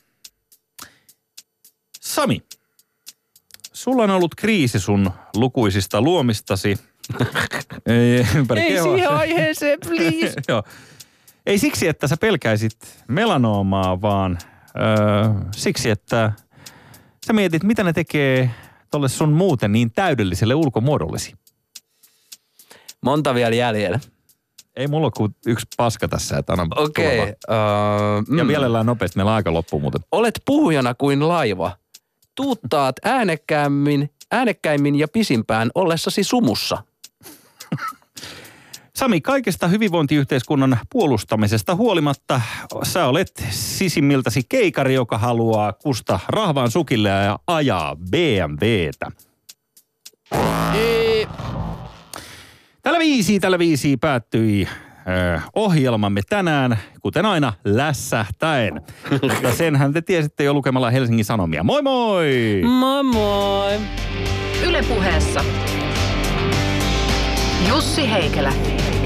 Sami, sulla on ollut kriisi sun lukuisista luomistasi. Ei, ympäri Ei kehoa. siihen aiheeseen, please. Joo. Ei siksi, että sä pelkäisit melanoomaa, vaan öö, siksi, että sä mietit, mitä ne tekee tolle sun muuten niin täydelliselle ulkomuodollesi. Monta vielä jäljellä. Ei mulla ole kuin yksi paska tässä, että anna Okei. tulla Okay, vaan. Ja mielellään nopeasti, meillä on aika loppu muuten. Olet puhujana kuin laiva. Tuuttaat äänekkäämmin, äänekkäimmin ja pisimpään ollessasi sumussa. Sami, kaikesta hyvinvointiyhteiskunnan puolustamisesta huolimatta sä olet sisimmiltäsi keikari, joka haluaa kusta rahvaan sukille ja ajaa B M W:tä. Ei. Tällä viisi, tällä viisi päättyi ö, ohjelmamme tänään, kuten aina, lässähtäen. Mutta senhän te tiesitte jo lukemalla Helsingin Sanomia. Moi moi! Moi moi! Yle Puheessa Jussi Heikelä.